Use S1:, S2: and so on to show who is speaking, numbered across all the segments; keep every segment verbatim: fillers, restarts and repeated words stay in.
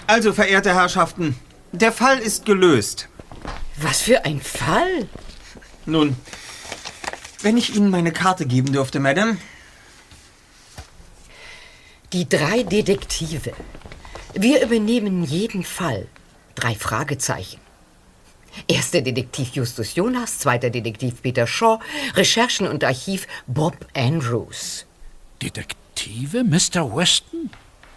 S1: Also, verehrte Herrschaften, der Fall ist gelöst.
S2: Was für ein Fall?
S1: Nun, wenn ich Ihnen meine Karte geben dürfte, Madame.
S2: Die drei Detektive. Wir übernehmen jeden Fall. Drei Fragezeichen. Erster Detektiv Justus Jonas, zweiter Detektiv Peter Shaw, Recherchen und Archiv Bob Andrews.
S3: Detektive, Mister Weston?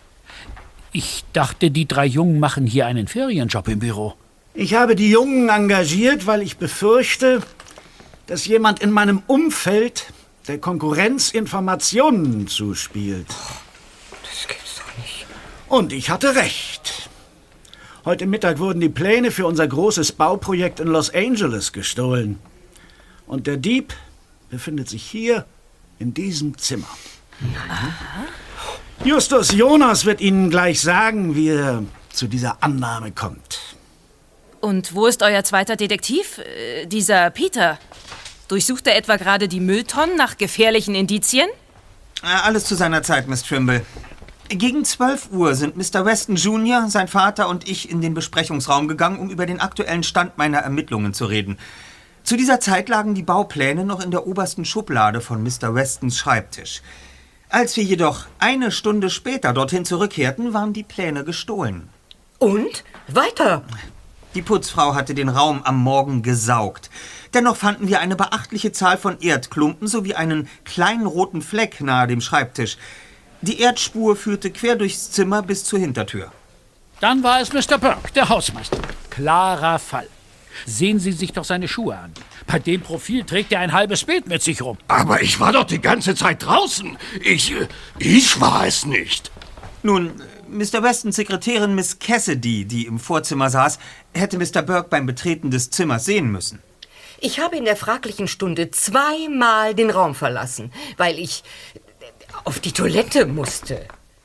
S3: Ich dachte, die drei Jungen machen hier einen Ferienjob im Büro.
S4: Ich habe die Jungen engagiert, weil ich befürchte, dass jemand in meinem Umfeld der Konkurrenz Informationen zuspielt.
S2: Das gibt's doch nicht.
S4: Und ich hatte recht. Heute Mittag wurden die Pläne für unser großes Bauprojekt in Los Angeles gestohlen. Und der Dieb befindet sich hier in diesem Zimmer.
S2: Aha.
S4: Justus Jonas wird Ihnen gleich sagen, wie er zu dieser Annahme kommt.
S5: Und wo ist euer zweiter Detektiv? Äh, dieser Peter. Durchsucht er etwa gerade die Mülltonnen nach gefährlichen Indizien?
S1: Alles zu seiner Zeit, Miss Trimble. Gegen zwölf Uhr sind Mister Weston Junior, sein Vater und ich in den Besprechungsraum gegangen, um über den aktuellen Stand meiner Ermittlungen zu reden. Zu dieser Zeit lagen die Baupläne noch in der obersten Schublade von Mister Westons Schreibtisch. Als wir jedoch eine Stunde später dorthin zurückkehrten, waren die Pläne gestohlen.
S2: Und? Weiter?
S1: Die Putzfrau hatte den Raum am Morgen gesaugt. Dennoch fanden wir eine beachtliche Zahl von Erdklumpen sowie einen kleinen roten Fleck nahe dem Schreibtisch. Die Erdspur führte quer durchs Zimmer bis zur Hintertür.
S3: Dann war es Mister Burke, der Hausmeister. Klarer Fall. Sehen Sie sich doch seine Schuhe an. Bei dem Profil trägt er ein halbes Beet mit sich rum.
S6: Aber ich war doch die ganze Zeit draußen. Ich, ich war es nicht.
S1: Nun, Mister Westons Sekretärin Miss Cassidy, die im Vorzimmer saß, hätte Mister Burke beim Betreten des Zimmers sehen müssen.
S2: Ich habe in der fraglichen Stunde zweimal den Raum verlassen, weil ich auf die Toilette musste.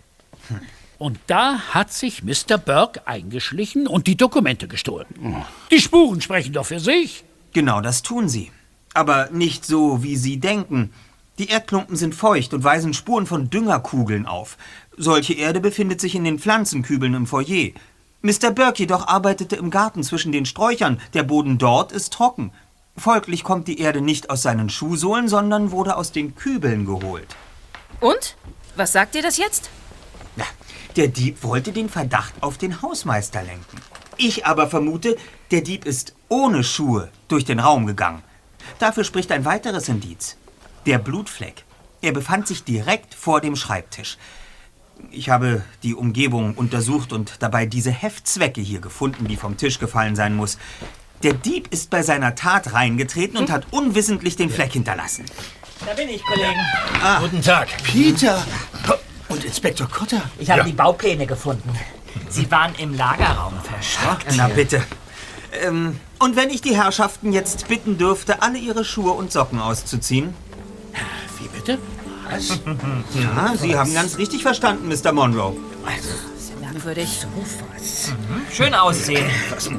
S3: Und da hat sich Mister Burke eingeschlichen und die Dokumente gestohlen. Die Spuren sprechen doch für sich.
S1: Genau das tun sie. Aber nicht so, wie Sie denken. Die Erdklumpen sind feucht und weisen Spuren von Düngerkugeln auf. Solche Erde befindet sich in den Pflanzenkübeln im Foyer. Mister Burke jedoch arbeitete im Garten zwischen den Sträuchern. Der Boden dort ist trocken. Folglich kommt die Erde nicht aus seinen Schuhsohlen, sondern wurde aus den Kübeln geholt.
S5: Und? Was sagt ihr das jetzt?
S1: Ja, der Dieb wollte den Verdacht auf den Hausmeister lenken. Ich aber vermute, der Dieb ist ohne Schuhe durch den Raum gegangen. Dafür spricht ein weiteres Indiz. Der Blutfleck. Er befand sich direkt vor dem Schreibtisch. Ich habe die Umgebung untersucht und dabei diese Heftzwecke hier gefunden, die vom Tisch gefallen sein muss. Der Dieb ist bei seiner Tat reingetreten und hat unwissentlich den Fleck hinterlassen.
S7: Da bin ich, Kollegen.
S6: Ah. Guten Tag.
S4: Peter! Und Inspektor Cotter?
S7: Ich habe
S6: Ja.
S7: die Baupläne gefunden. Sie waren im Lagerraum versteckt.
S1: Na bitte. Ähm, und wenn ich die Herrschaften jetzt bitten dürfte, alle ihre Schuhe und Socken auszuziehen?
S3: Wie bitte?
S7: Was?
S1: Ja, Sie haben ganz richtig verstanden, Mister Monroe.
S7: Also, sehr merkwürdig.
S2: So was.
S7: Mhm. Schön aussehen.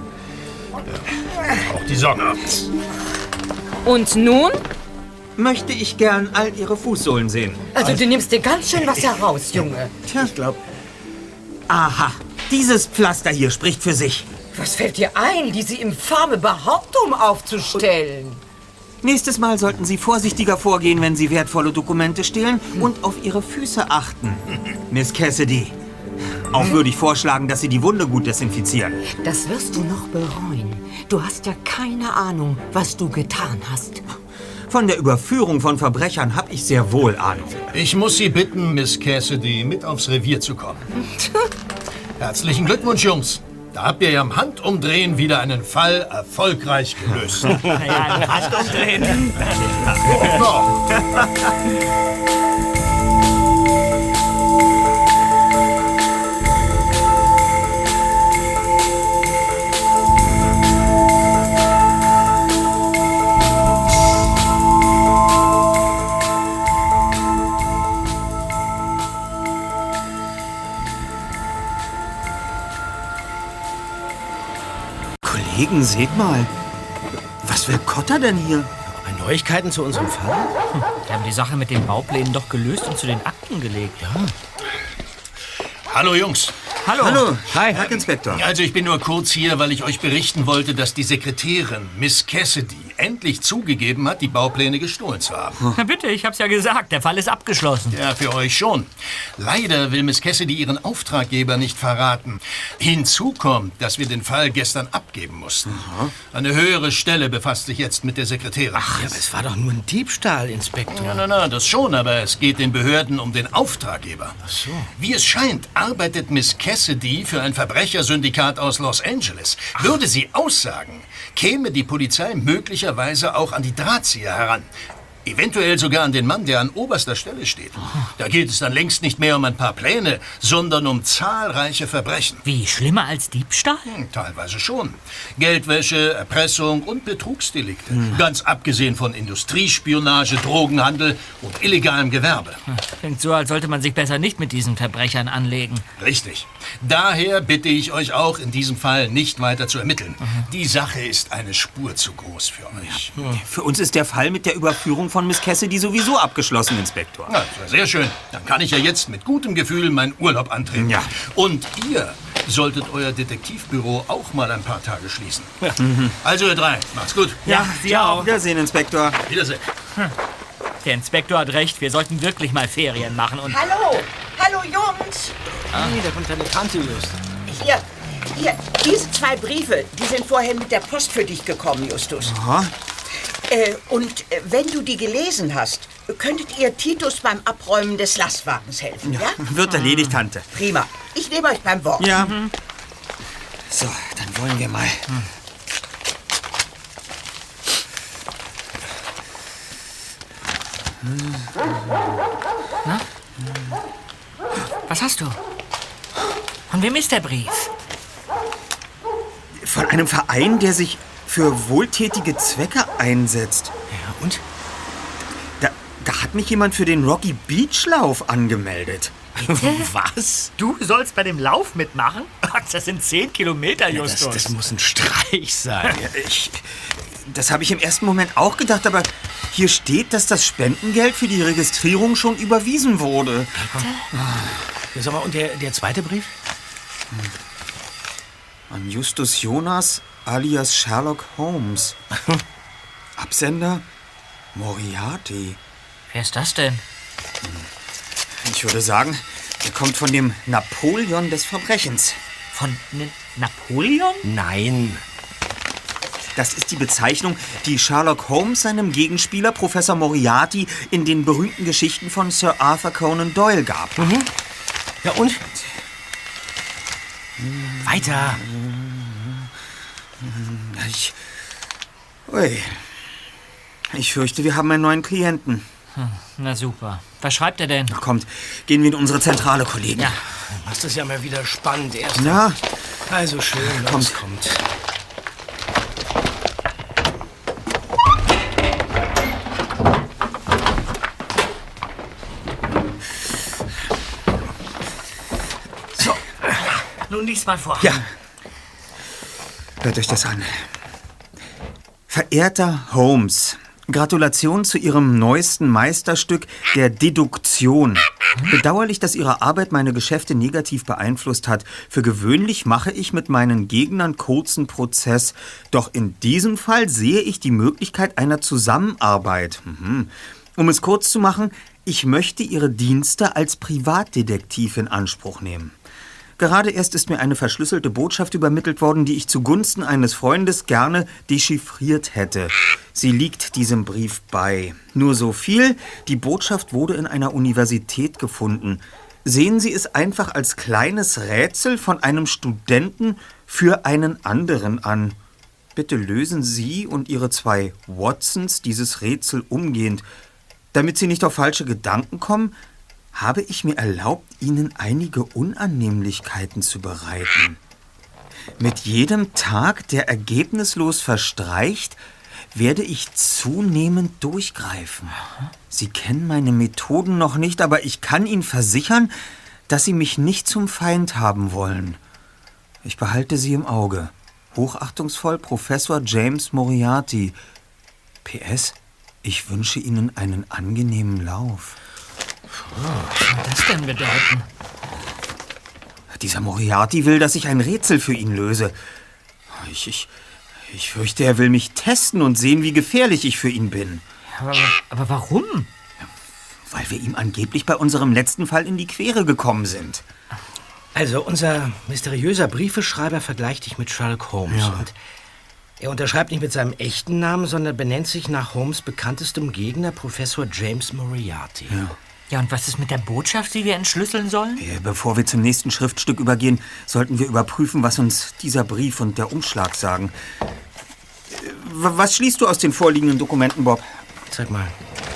S6: Auch die Socken.
S5: Und nun?
S1: Möchte ich gern all Ihre Fußsohlen sehen.
S2: Also du nimmst dir ganz schön was heraus, Junge.
S1: Tja, ich glaube. Aha, dieses Pflaster hier spricht für sich.
S2: Was fällt dir ein, diese infame Behauptung aufzustellen?
S1: Nächstes Mal sollten Sie vorsichtiger vorgehen, wenn Sie wertvolle Dokumente stehlen und auf Ihre Füße achten. Miss Cassidy, auch würde ich vorschlagen, dass Sie die Wunde gut desinfizieren.
S2: Das wirst du noch bereuen. Du hast ja keine Ahnung, was du getan hast.
S1: Von der Überführung von Verbrechern habe ich sehr wohl Ahnung.
S6: Ich muss Sie bitten, Miss Cassidy, mit aufs Revier zu kommen. Herzlichen Glückwunsch, Jungs. Da habt ihr ja im Handumdrehen wieder einen Fall erfolgreich gelöst.
S7: Naja, ein Handumdrehen.
S6: Oh.
S1: Kollegen, seht mal. Was will Cotter denn hier?
S8: Neuigkeiten zu unserem Fall?
S7: Wir haben die Sache mit den Bauplänen doch gelöst und zu den Akten gelegt.
S8: Ja.
S6: Hallo, Jungs.
S7: Hallo.
S1: Hallo.
S8: Hi.
S1: Herr Inspektor.
S6: Also ich bin nur kurz hier, weil ich euch berichten wollte, dass die Sekretärin, Miss Cassidy, endlich zugegeben hat, die Baupläne gestohlen zu haben.
S7: Na bitte, ich hab's ja gesagt, der Fall ist abgeschlossen.
S6: Ja, für euch schon. Leider will Miss Cassidy ihren Auftraggeber nicht verraten. Hinzu kommt, dass wir den Fall gestern abgeben mussten.
S8: Aha.
S6: Eine höhere Stelle befasst sich jetzt mit der Sekretärin.
S8: Ach, ja, aber es war doch nur ein Diebstahl, Inspektor.
S6: Ja, na, na, das schon, aber es geht den Behörden um den Auftraggeber.
S8: Ach so.
S6: Wie es scheint, arbeitet Miss Cassidy für ein Verbrechersyndikat aus Los Angeles. Würde sie aussagen, käme die Polizei möglicherweise auch an die Drahtzieher heran. Eventuell sogar an den Mann, der an oberster Stelle steht. Da geht es dann längst nicht mehr um ein paar Pläne, sondern um zahlreiche Verbrechen.
S7: Wie, schlimmer als Diebstahl?
S6: Hm, teilweise schon. Geldwäsche, Erpressung und Betrugsdelikte. Hm. Ganz abgesehen von Industriespionage, Drogenhandel und illegalem Gewerbe.
S7: Klingt so, als sollte man sich besser nicht mit diesen Verbrechern anlegen.
S6: Richtig. Daher bitte ich euch auch, in diesem Fall nicht weiter zu ermitteln. Mhm. Die Sache ist eine Spur zu groß für euch.
S1: Ja. Für uns ist der Fall mit der Überführung von Miss Cassidy sowieso abgeschlossen, Inspektor.
S6: Ja, das war sehr schön. Dann kann ich ja jetzt mit gutem Gefühl meinen Urlaub antreten.
S1: Ja.
S6: Und ihr solltet euer Detektivbüro auch mal ein paar Tage schließen.
S1: Ja. Mhm.
S6: Also ihr drei, macht's gut.
S7: Ja, Sie auch.
S1: Wiedersehen, Inspektor.
S6: Wiedersehen.
S7: Hm. Der Inspektor hat recht, wir sollten wirklich mal Ferien machen und...
S9: Hallo, hallo Jungs.
S8: Ah, da kommt deine Tante just.
S9: Hier, hier, diese zwei Briefe, die sind vorher mit der Post für dich gekommen, Justus.
S1: Aha.
S9: Äh, und äh, wenn du die gelesen hast, könntet ihr Titus beim Abräumen des Lastwagens helfen, ja?
S1: ja? Wird erledigt, Tante.
S9: Prima. Ich nehme euch beim Wort.
S1: Ja.
S9: Mhm.
S1: So, dann wollen wir mal. Hm.
S7: Na? Was hast du? Von wem ist der Brief?
S1: Von einem Verein, der sich für wohltätige Zwecke einsetzt.
S8: Ja, und?
S1: Da, da hat mich jemand für den Rocky Beach Lauf angemeldet.
S7: Bitte?
S8: Was?
S7: Du sollst bei dem Lauf mitmachen? Das sind zehn Kilometer, Justus.
S8: Ja, das, das muss ein Streich sein.
S1: Ja, ich, das habe ich im ersten Moment auch gedacht, aber hier steht, dass das Spendengeld für die Registrierung schon überwiesen wurde.
S8: Ja, sag mal, und der, der zweite Brief?
S1: An Justus Jonas alias Sherlock Holmes. Absender Moriarty.
S7: Wer ist das denn?
S1: Ich würde sagen, er kommt von dem Napoleon des Verbrechens.
S7: Von N Napoleon?
S8: Nein.
S1: Das ist die Bezeichnung, die Sherlock Holmes seinem Gegenspieler Professor Moriarty in den berühmten Geschichten von Sir Arthur Conan Doyle gab.
S8: Mhm. Ja, und? Weiter.
S1: Ich... Ui. Ich fürchte, wir haben einen neuen Klienten.
S7: Hm, na super. Was schreibt er denn?
S1: Na kommt, gehen wir in unsere Zentrale, Kollegen.
S7: Ja.
S8: Du machst das ja mal wieder spannend. Erst
S1: Ja.
S8: Also schön,
S1: kommt.
S8: kommt.
S7: So. Nun lies mal vor.
S1: Ja. Hört euch das an. Verehrter Holmes, Gratulation zu Ihrem neuesten Meisterstück der Deduktion. Bedauerlich, dass Ihre Arbeit meine Geschäfte negativ beeinflusst hat. Für gewöhnlich mache ich mit meinen Gegnern kurzen Prozess. Doch in diesem Fall sehe ich die Möglichkeit einer Zusammenarbeit. Mhm. Um es kurz zu machen, ich möchte Ihre Dienste als Privatdetektiv in Anspruch nehmen. Gerade erst ist mir eine verschlüsselte Botschaft übermittelt worden, die ich zugunsten eines Freundes gerne dechiffriert hätte. Sie liegt diesem Brief bei. Nur so viel, die Botschaft wurde in einer Universität gefunden. Sehen Sie es einfach als kleines Rätsel von einem Studenten für einen anderen an. Bitte lösen Sie und Ihre zwei Watsons dieses Rätsel umgehend. Damit Sie nicht auf falsche Gedanken kommen, habe ich mir erlaubt, Ihnen einige Unannehmlichkeiten zu bereiten. Mit jedem Tag, der ergebnislos verstreicht, werde ich zunehmend durchgreifen. Sie kennen meine Methoden noch nicht, aber ich kann Ihnen versichern, dass Sie mich nicht zum Feind haben wollen. Ich behalte Sie im Auge. Hochachtungsvoll Professor James Moriarty. P S. Ich wünsche Ihnen einen angenehmen Lauf.
S7: Was kann das denn bedeuten?
S1: Dieser Moriarty will, dass ich ein Rätsel für ihn löse. Ich, ich, ich fürchte, er will mich testen und sehen, wie gefährlich ich für ihn bin.
S7: Aber, aber warum?
S1: Weil wir ihm angeblich bei unserem letzten Fall in die Quere gekommen sind.
S8: Also, unser mysteriöser Briefeschreiber vergleicht dich mit Sherlock Holmes.
S1: Ja.
S8: Und er unterschreibt nicht mit seinem echten Namen, sondern benennt sich nach Holmes' bekanntestem Gegner, Professor James Moriarty.
S1: Ja.
S7: Ja, und was ist mit der Botschaft, die wir entschlüsseln sollen?
S1: Bevor wir zum nächsten Schriftstück übergehen, sollten wir überprüfen, was uns dieser Brief und der Umschlag sagen. Was schließt du aus den vorliegenden Dokumenten, Bob?
S8: Zeig mal.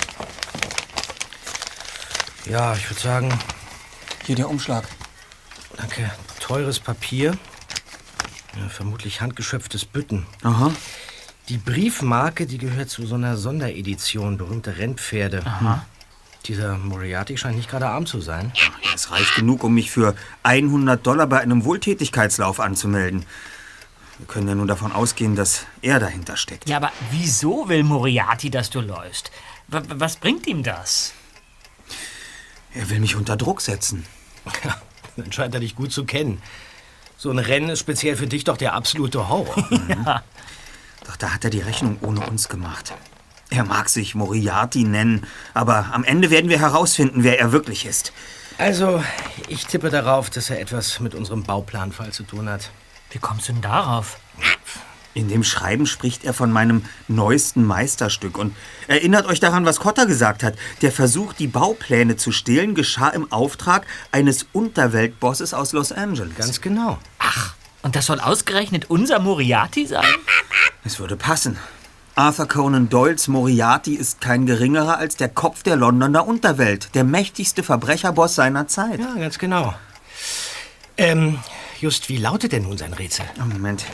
S8: Ja, ich würde sagen...
S1: Hier der Umschlag.
S8: Danke. Teures Papier. Ja, vermutlich handgeschöpftes Bütten.
S1: Aha.
S8: Die Briefmarke, die gehört zu so einer Sonderedition berühmter Rennpferde.
S7: Aha.
S8: Dieser Moriarty scheint nicht gerade arm zu sein.
S1: Es reicht genug, um mich für hundert Dollar bei einem Wohltätigkeitslauf anzumelden. Wir können ja nur davon ausgehen, dass er dahinter steckt.
S7: Ja, aber wieso will Moriarty, dass du läufst? W was bringt ihm das?
S1: Er will mich unter Druck setzen.
S8: Ja, dann scheint er dich gut zu kennen. So ein Rennen ist speziell für dich doch der absolute Horror.
S7: Ja.
S1: Doch da hat er die Rechnung ohne uns gemacht. Er mag sich Moriarty nennen, aber am Ende werden wir herausfinden, wer er wirklich ist.
S8: Also, ich tippe darauf, dass er etwas mit unserem Bauplanfall zu tun hat.
S7: Wie kommst du denn darauf?
S1: In dem Schreiben spricht er von meinem neuesten Meisterstück. Und erinnert euch daran, was Cotter gesagt hat. Der Versuch, die Baupläne zu stehlen, geschah im Auftrag eines Unterweltbosses aus Los Angeles.
S8: Ganz genau.
S7: Ach, und das soll ausgerechnet unser Moriarty sein?
S1: Es würde passen. Arthur Conan Doyles Moriarty ist kein geringerer als der Kopf der Londoner Unterwelt. Der mächtigste Verbrecherboss seiner Zeit.
S8: Ja, ganz genau. Ähm, just, wie lautet denn nun sein Rätsel?
S1: Oh, Moment.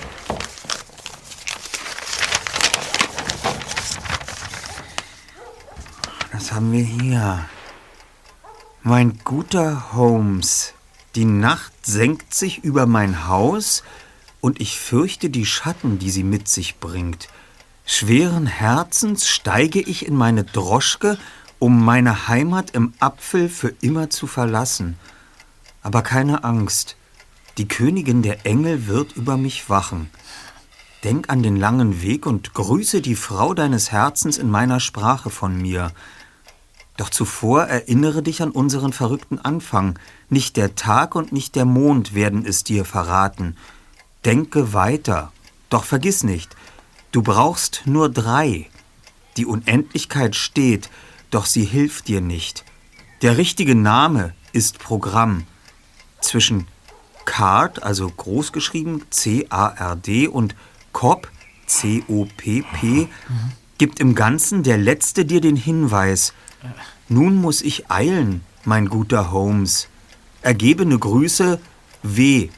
S1: Was haben wir hier? Mein guter Holmes, die Nacht senkt sich über mein Haus und ich fürchte die Schatten, die sie mit sich bringt. Schweren Herzens steige ich in meine Droschke, um meine Heimat im Apfel für immer zu verlassen. Aber keine Angst, die Königin der Engel wird über mich wachen. Denk an den langen Weg und grüße die Frau deines Herzens in meiner Sprache von mir. Doch zuvor erinnere dich an unseren verrückten Anfang. Nicht der Tag und nicht der Mond werden es dir verraten. Denke weiter, doch vergiss nicht, du brauchst nur drei. Die Unendlichkeit steht, doch sie hilft dir nicht. Der richtige Name ist Programm. Zwischen Card, also großgeschrieben C A R D, und Cop, C O P P, gibt im Ganzen der Letzte dir den Hinweis. Nun muss ich eilen, mein guter Holmes. Ergebene Grüße, W.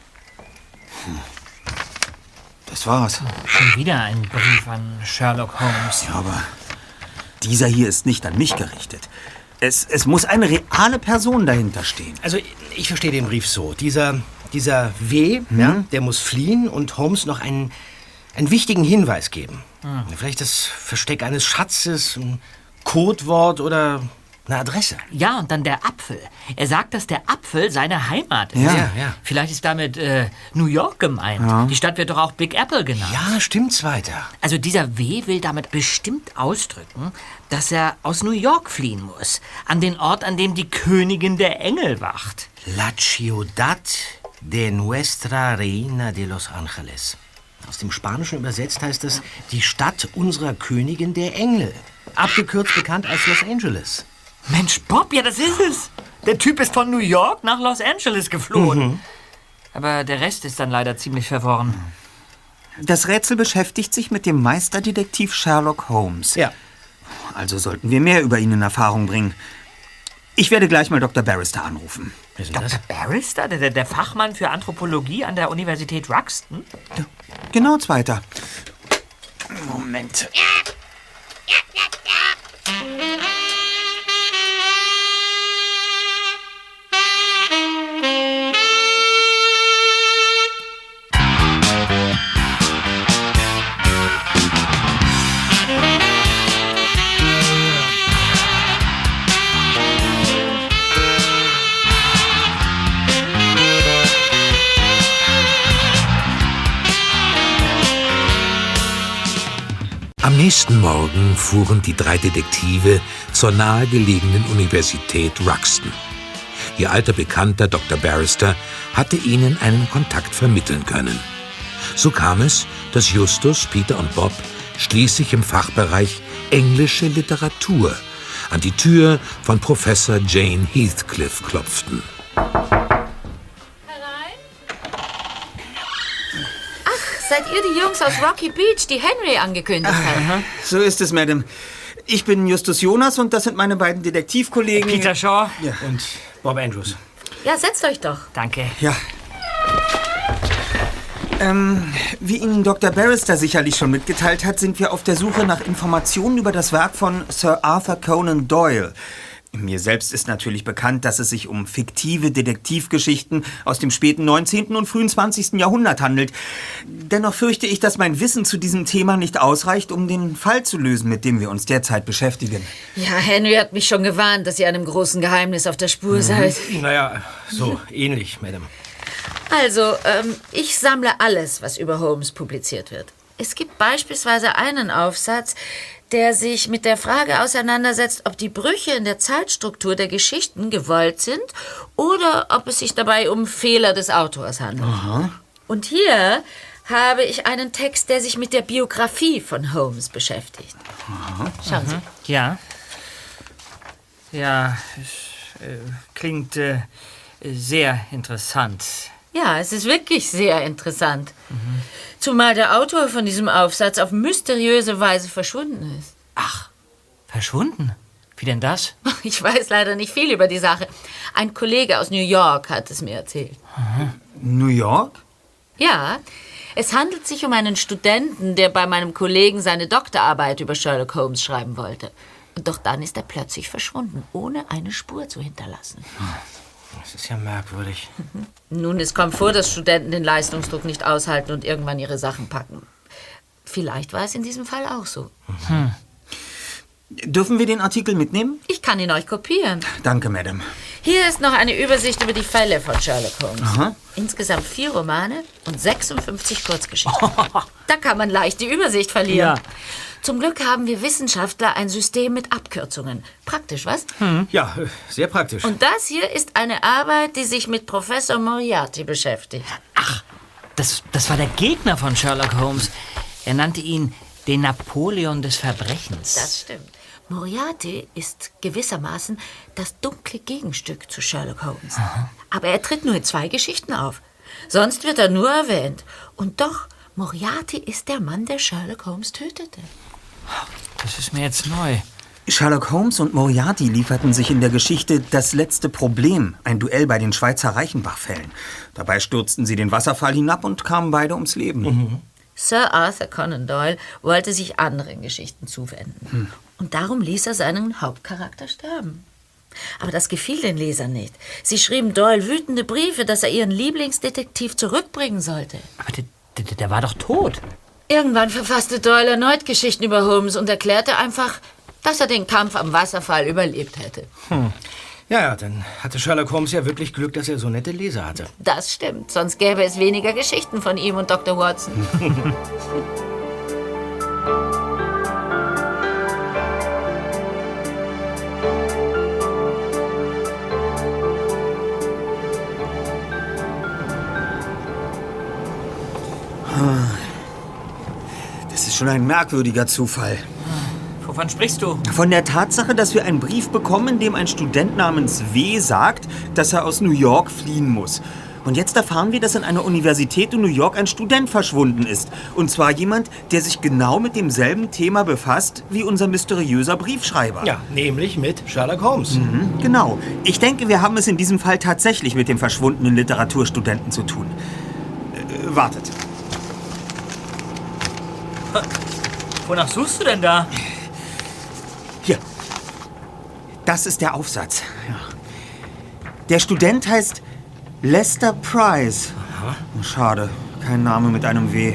S1: Das war's.
S7: Schon wieder ein Brief an Sherlock Holmes.
S1: Ja, aber dieser hier ist nicht an mich gerichtet. Es, es muss eine reale Person dahinter stehen.
S8: Also, ich verstehe den Brief so. Dieser, dieser W,
S1: Hm?
S8: ja, der muss fliehen und Holmes noch einen, einen wichtigen Hinweis geben.
S7: Hm.
S8: Vielleicht das Versteck eines Schatzes, ein Codewort oder eine Adresse.
S7: Ja, und dann der Apfel. Er sagt, dass der Apfel seine Heimat ist.
S1: Ja.
S8: Ja, ja.
S7: Vielleicht ist damit äh, New York gemeint.
S1: Ja.
S7: Die Stadt wird doch auch Big Apple genannt.
S8: Ja, stimmt's weiter.
S7: Also dieser W will damit bestimmt ausdrücken, dass er aus New York fliehen muss. An den Ort, an dem die Königin der Engel wacht.
S8: La Ciudad de Nuestra Reina de Los Angeles. Aus dem Spanischen übersetzt heißt es die Stadt unserer Königin der Engel. Abgekürzt bekannt als Los Angeles.
S7: Mensch, Bob, ja, das ist es. Der Typ ist von New York nach Los Angeles geflohen.
S8: Mhm.
S7: Aber der Rest ist dann leider ziemlich verworren.
S1: Das Rätsel beschäftigt sich mit dem Meisterdetektiv Sherlock Holmes.
S8: Ja.
S1: Also sollten wir mehr über ihn in Erfahrung bringen. Ich werde gleich mal Doktor Barrister anrufen.
S8: Wer ist denn das?
S7: Doktor Barrister, der, der Fachmann für Anthropologie an der Universität Ruxton?
S1: Genau, Zweiter. Moment.
S10: nächsten Morgen fuhren die drei Detektive zur nahegelegenen Universität Ruxton. Ihr alter Bekannter Doktor Barrister hatte ihnen einen Kontakt vermitteln können. So kam es, dass Justus, Peter und Bob schließlich im Fachbereich englische Literatur an die Tür von Professor Jane Heathcliff klopften.
S11: Seid ihr die Jungs aus Rocky Beach, die Henry angekündigt haben?
S1: So ist es, Madame. Ich bin Justus Jonas und das sind meine beiden Detektivkollegen.
S7: Peter Shaw
S1: ja.
S7: und Bob Andrews.
S11: Ja, setzt euch doch.
S7: Danke.
S1: Ja. Ähm, wie Ihnen Doktor Barrister sicherlich schon mitgeteilt hat, sind wir auf der Suche nach Informationen über das Werk von Sir Arthur Conan Doyle. Mir selbst ist natürlich bekannt, dass es sich um fiktive Detektivgeschichten aus dem späten neunzehnten und frühen zwanzigsten Jahrhundert handelt. Dennoch fürchte ich, dass mein Wissen zu diesem Thema nicht ausreicht, um den Fall zu lösen, mit dem wir uns derzeit beschäftigen.
S11: Ja, Henry hat mich schon gewarnt, dass ihr einem großen Geheimnis auf der Spur mhm. seid.
S8: Naja, so ähnlich, Madame.
S11: Also, ähm, ich sammle alles, was über Holmes publiziert wird. Es gibt beispielsweise einen Aufsatz, der sich mit der Frage auseinandersetzt, ob die Brüche in der Zeitstruktur der Geschichten gewollt sind oder ob es sich dabei um Fehler des Autors handelt.
S1: Aha.
S11: Und hier habe ich einen Text, der sich mit der Biografie von Holmes beschäftigt.
S1: Aha.
S11: Schauen Sie.
S7: Mhm. Ja. Ja, es äh, klingt äh, sehr interessant.
S11: Ja, es ist wirklich sehr interessant. Mhm. Zumal der Autor von diesem Aufsatz auf mysteriöse Weise verschwunden ist.
S7: Ach, verschwunden? Wie denn das?
S11: Ich weiß leider nicht viel über die Sache. Ein Kollege aus New York hat es mir erzählt.
S1: Mhm. New York?
S11: Ja, es handelt sich um einen Studenten, der bei meinem Kollegen seine Doktorarbeit über Sherlock Holmes schreiben wollte. Doch dann ist er plötzlich verschwunden, ohne eine Spur zu hinterlassen.
S8: Das ist ja merkwürdig.
S11: Nun, es kommt vor, dass Studenten den Leistungsdruck nicht aushalten und irgendwann ihre Sachen packen. Vielleicht war es in diesem Fall auch so.
S1: Mhm. Dürfen wir den Artikel mitnehmen?
S11: Ich kann ihn euch kopieren.
S1: Danke, Madame.
S11: Hier ist noch eine Übersicht über die Fälle von Sherlock Holmes.
S1: Aha.
S11: Insgesamt vier Romane und sechsundfünfzig Kurzgeschichten. Da kann man leicht die Übersicht verlieren.
S7: Ja.
S11: Zum Glück haben wir Wissenschaftler ein System mit Abkürzungen. Praktisch, was?
S8: Hm. Ja, sehr praktisch.
S11: Und das hier ist eine Arbeit, die sich mit Professor Moriarty beschäftigt.
S7: Ach, das, das war der Gegner von Sherlock Holmes. Er nannte ihn den Napoleon des Verbrechens.
S11: Das stimmt. Moriarty ist gewissermaßen das dunkle Gegenstück zu Sherlock Holmes.
S7: Aha.
S11: Aber er tritt nur in zwei Geschichten auf. Sonst wird er nur erwähnt. Und doch, Moriarty ist der Mann, der Sherlock Holmes tötete.
S7: Das ist mir jetzt neu.
S1: Sherlock Holmes und Moriarty lieferten sich in der Geschichte Das letzte Problem, ein Duell bei den Schweizer Reichenbachfällen. Dabei stürzten sie den Wasserfall hinab und kamen beide ums Leben.
S11: Mhm. Sir Arthur Conan Doyle wollte sich anderen Geschichten zuwenden. Hm. Und darum ließ er seinen Hauptcharakter sterben. Aber das gefiel den Lesern nicht. Sie schrieben Doyle wütende Briefe, dass er ihren Lieblingsdetektiv zurückbringen sollte.
S7: Aber der, der, der war doch tot.
S11: Irgendwann verfasste Doyle erneut Geschichten über Holmes und erklärte einfach, dass er den Kampf am Wasserfall überlebt hätte.
S8: Hm. Ja, ja, dann hatte Sherlock Holmes ja wirklich Glück, dass er so nette Leser hatte.
S11: Das stimmt, sonst gäbe es weniger Geschichten von ihm und Doktor Watson.
S1: Das ist schon ein merkwürdiger Zufall.
S7: Wovon sprichst du?
S1: Von der Tatsache, dass wir einen Brief bekommen, in dem ein Student namens W. sagt, dass er aus New York fliehen muss. Und jetzt erfahren wir, dass an einer Universität in New York ein Student verschwunden ist. Und zwar jemand, der sich genau mit demselben Thema befasst wie unser mysteriöser Briefschreiber.
S8: Ja, nämlich mit Sherlock Holmes.
S1: Mhm, genau. Ich denke, wir haben es in diesem Fall tatsächlich mit dem verschwundenen Literaturstudenten zu tun. Äh, wartet.
S7: Wonach suchst du denn da?
S1: Hier. Das ist der Aufsatz. Ja. Der Student heißt Lester Price.
S8: Aha.
S1: Schade, kein Name mit einem W.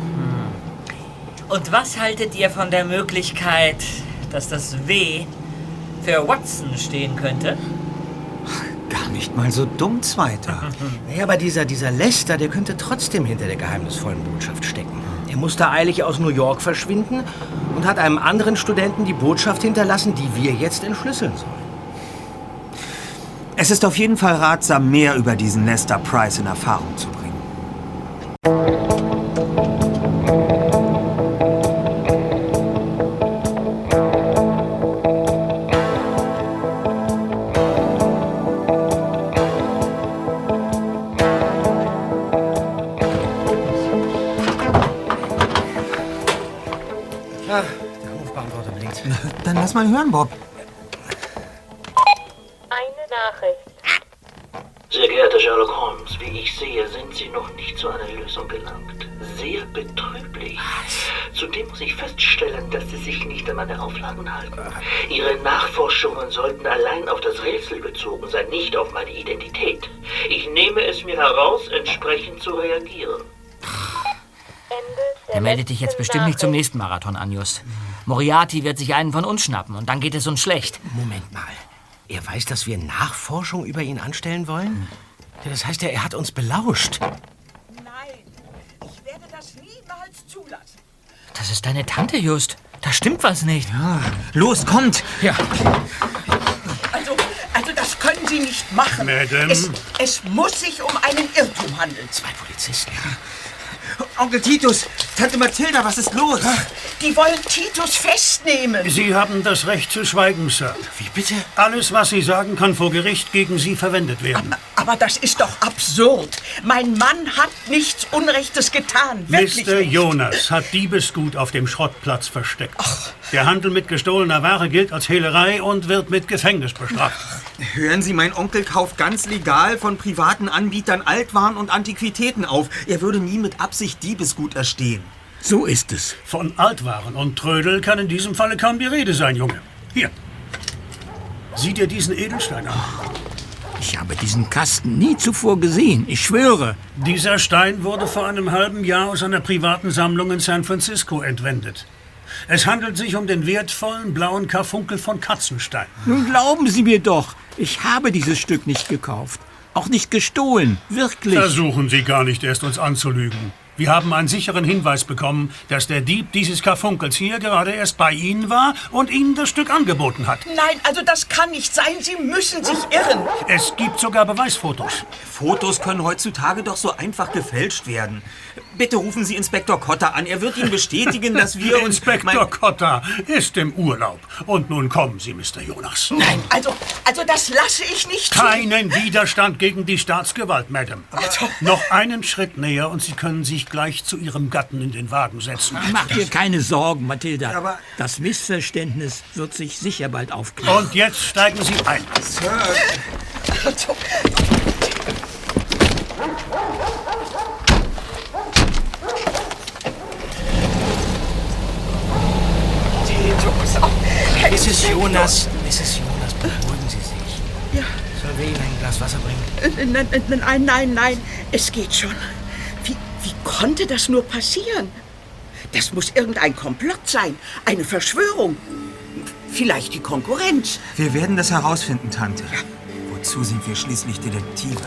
S7: Und was haltet ihr von der Möglichkeit, dass das W für Watson stehen könnte?
S1: Gar nicht mal so dumm, Zweiter.
S8: Naja, aber dieser, dieser Lester, der könnte trotzdem hinter der geheimnisvollen Botschaft stecken. Er musste eilig aus New York verschwinden und hat einem anderen Studenten die Botschaft hinterlassen, die wir jetzt entschlüsseln sollen.
S1: Es ist auf jeden Fall ratsam, mehr über diesen Lester Price in Erfahrung zu bringen.
S8: Ah, der Rufbeantworter blinkt.
S1: Dann lass mal hören, Bob.
S12: Eine Nachricht.
S13: Sehr geehrter Sherlock Holmes, wie ich sehe, sind Sie noch nicht zu einer Lösung gelangt. Sehr betrüblich. Zudem muss ich feststellen, dass Sie sich nicht an meine Auflagen halten. Ihre Nachforschungen sollten allein auf das Rätsel bezogen sein, nicht auf meine Identität. Ich nehme es mir heraus, entsprechend zu reagieren.
S7: Er meldet dich jetzt bestimmt nicht zum nächsten Marathon an, Just. Moriarty wird sich einen von uns schnappen und dann geht es uns schlecht.
S8: Moment mal. Er weiß, dass wir Nachforschung über ihn anstellen wollen? Ja, das heißt ja, er hat uns belauscht.
S9: Nein, ich werde das niemals zulassen.
S7: Das ist deine Tante, Just. Da stimmt was nicht.
S1: Ja, los, kommt!
S3: Ja.
S9: Also, also das können Sie nicht machen.
S4: Madame.
S9: Es, es muss sich um einen Irrtum handeln.
S8: Zwei Polizisten.
S1: Onkel Titus, Tante Mathilda, was ist los?
S9: Die wollen Titus festnehmen.
S4: Sie haben das Recht zu schweigen, Sir.
S8: Wie bitte?
S4: Alles, was Sie sagen, kann vor Gericht gegen Sie verwendet werden.
S9: Aber das ist doch absurd. Mein Mann hat nichts Unrechtes getan. Wirklich
S4: Mister
S9: nicht.
S4: Jonas hat Diebesgut auf dem Schrottplatz versteckt. Ach. Der Handel mit gestohlener Ware gilt als Hehlerei und wird mit Gefängnis bestraft.
S1: Hören Sie, mein Onkel kauft ganz legal von privaten Anbietern Altwaren und Antiquitäten auf. Er würde nie mit Absicht Diebesgut erstehen.
S3: So ist es.
S4: Von Altwaren und Trödel kann in diesem Falle kaum die Rede sein, Junge. Hier. Sieh dir diesen Edelstein an.
S3: Ich habe diesen Kasten nie zuvor gesehen, ich schwöre.
S4: Dieser Stein wurde vor einem halben Jahr aus einer privaten Sammlung in San Francisco entwendet. Es handelt sich um den wertvollen blauen Karfunkel von Katzenstein.
S3: Nun glauben Sie mir doch, ich habe dieses Stück nicht gekauft. Auch nicht gestohlen, wirklich.
S4: Versuchen Sie gar nicht erst, uns anzulügen. Wir haben einen sicheren Hinweis bekommen, dass der Dieb dieses Karfunkels hier gerade erst bei Ihnen war und Ihnen das Stück angeboten hat.
S9: Nein, also das kann nicht sein. Sie müssen sich irren.
S4: Es gibt sogar Beweisfotos.
S1: Fotos können heutzutage doch so einfach gefälscht werden. Bitte rufen Sie Inspektor Cotter an. Er wird Ihnen bestätigen, dass wir uns...
S4: Inspektor Cotter ist im Urlaub. Und nun kommen Sie, Mister Jonas.
S9: Nein, also, also das lasse ich nicht zu.
S4: Keinen Widerstand gegen die Staatsgewalt, Madame.
S9: Also,
S4: Noch einen Schritt näher und Sie können sich gleich zu Ihrem Gatten in den Wagen setzen.
S3: Mach dir keine Sorgen, Mathilda.
S1: Aber-
S3: Das Missverständnis wird sich sicher bald aufklären.
S4: Und jetzt steigen Sie ein.
S1: Sir,
S9: also,
S8: Misses Jonas, Misses Jonas, beruhigen Sie sich.
S9: Ja.
S8: Sollen wir Ihnen ein Glas Wasser bringen?
S9: Nein, nein, nein, nein, nein, es geht schon. Wie, wie konnte das nur passieren? Das muss irgendein Komplott sein, eine Verschwörung. Vielleicht die Konkurrenz.
S1: wir werden das herausfinden, Tante. Wozu sind wir schließlich Detektive?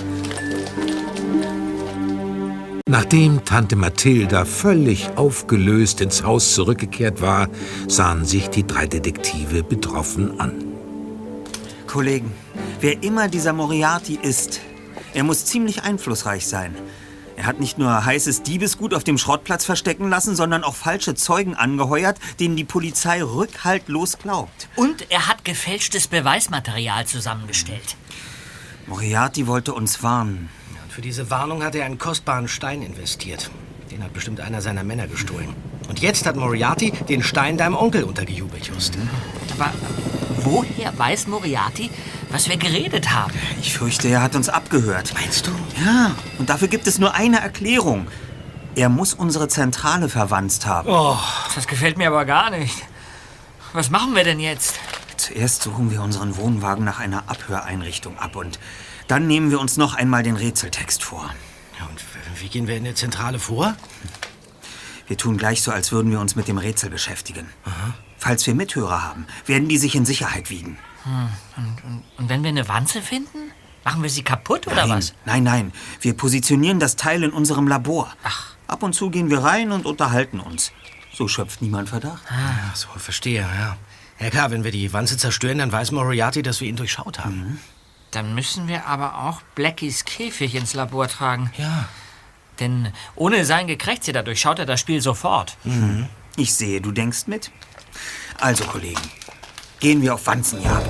S10: Nachdem Tante Mathilda völlig aufgelöst ins Haus zurückgekehrt war, sahen sich die drei Detektive betroffen an.
S1: Kollegen, wer immer dieser Moriarty ist, er muss ziemlich einflussreich sein. Er hat nicht nur heißes Diebesgut auf dem Schrottplatz verstecken lassen, sondern auch falsche Zeugen angeheuert, denen die Polizei rückhaltlos glaubt.
S7: Und er hat gefälschtes Beweismaterial zusammengestellt.
S1: Moriarty wollte uns warnen.
S8: Für diese Warnung hat er einen kostbaren Stein investiert. Den hat bestimmt einer seiner Männer gestohlen. Und jetzt hat Moriarty den Stein deinem Onkel untergejubelt, Just.
S7: Aber woher weiß Moriarty, was wir geredet haben?
S1: Ich fürchte, er hat uns abgehört.
S8: Meinst du?
S1: Ja, und dafür gibt es nur eine Erklärung. Er muss unsere Zentrale verwanzt haben.
S7: Oh, das gefällt mir aber gar nicht. Was machen wir denn jetzt?
S1: Zuerst suchen wir unseren Wohnwagen nach einer Abhöreinrichtung ab und dann nehmen wir uns noch einmal den Rätseltext vor.
S8: Ja, und wie gehen wir in der Zentrale vor?
S1: Wir tun gleich so, als würden wir uns mit dem Rätsel beschäftigen.
S8: Aha.
S1: Falls wir Mithörer haben, werden die sich in Sicherheit wiegen.
S7: Hm, und, und, und wenn wir eine Wanze finden? Machen wir sie kaputt oder
S1: nein,
S7: was?
S1: Nein, nein. Wir positionieren das Teil in unserem Labor.
S7: Ach.
S1: Ab und zu gehen wir rein und unterhalten uns. So schöpft niemand Verdacht.
S8: Ah, so, verstehe, ja. Ja klar, wenn wir die Wanze zerstören, dann weiß Moriarty, dass wir ihn durchschaut haben. Mhm.
S7: Dann müssen wir aber auch Blackies Käfig ins Labor tragen.
S8: Ja.
S7: Denn ohne sein Gekrächze, da durchschaut er das Spiel sofort.
S1: Mhm. Ich sehe, du denkst mit. Also, Kollegen, gehen wir auf Wanzenjagd.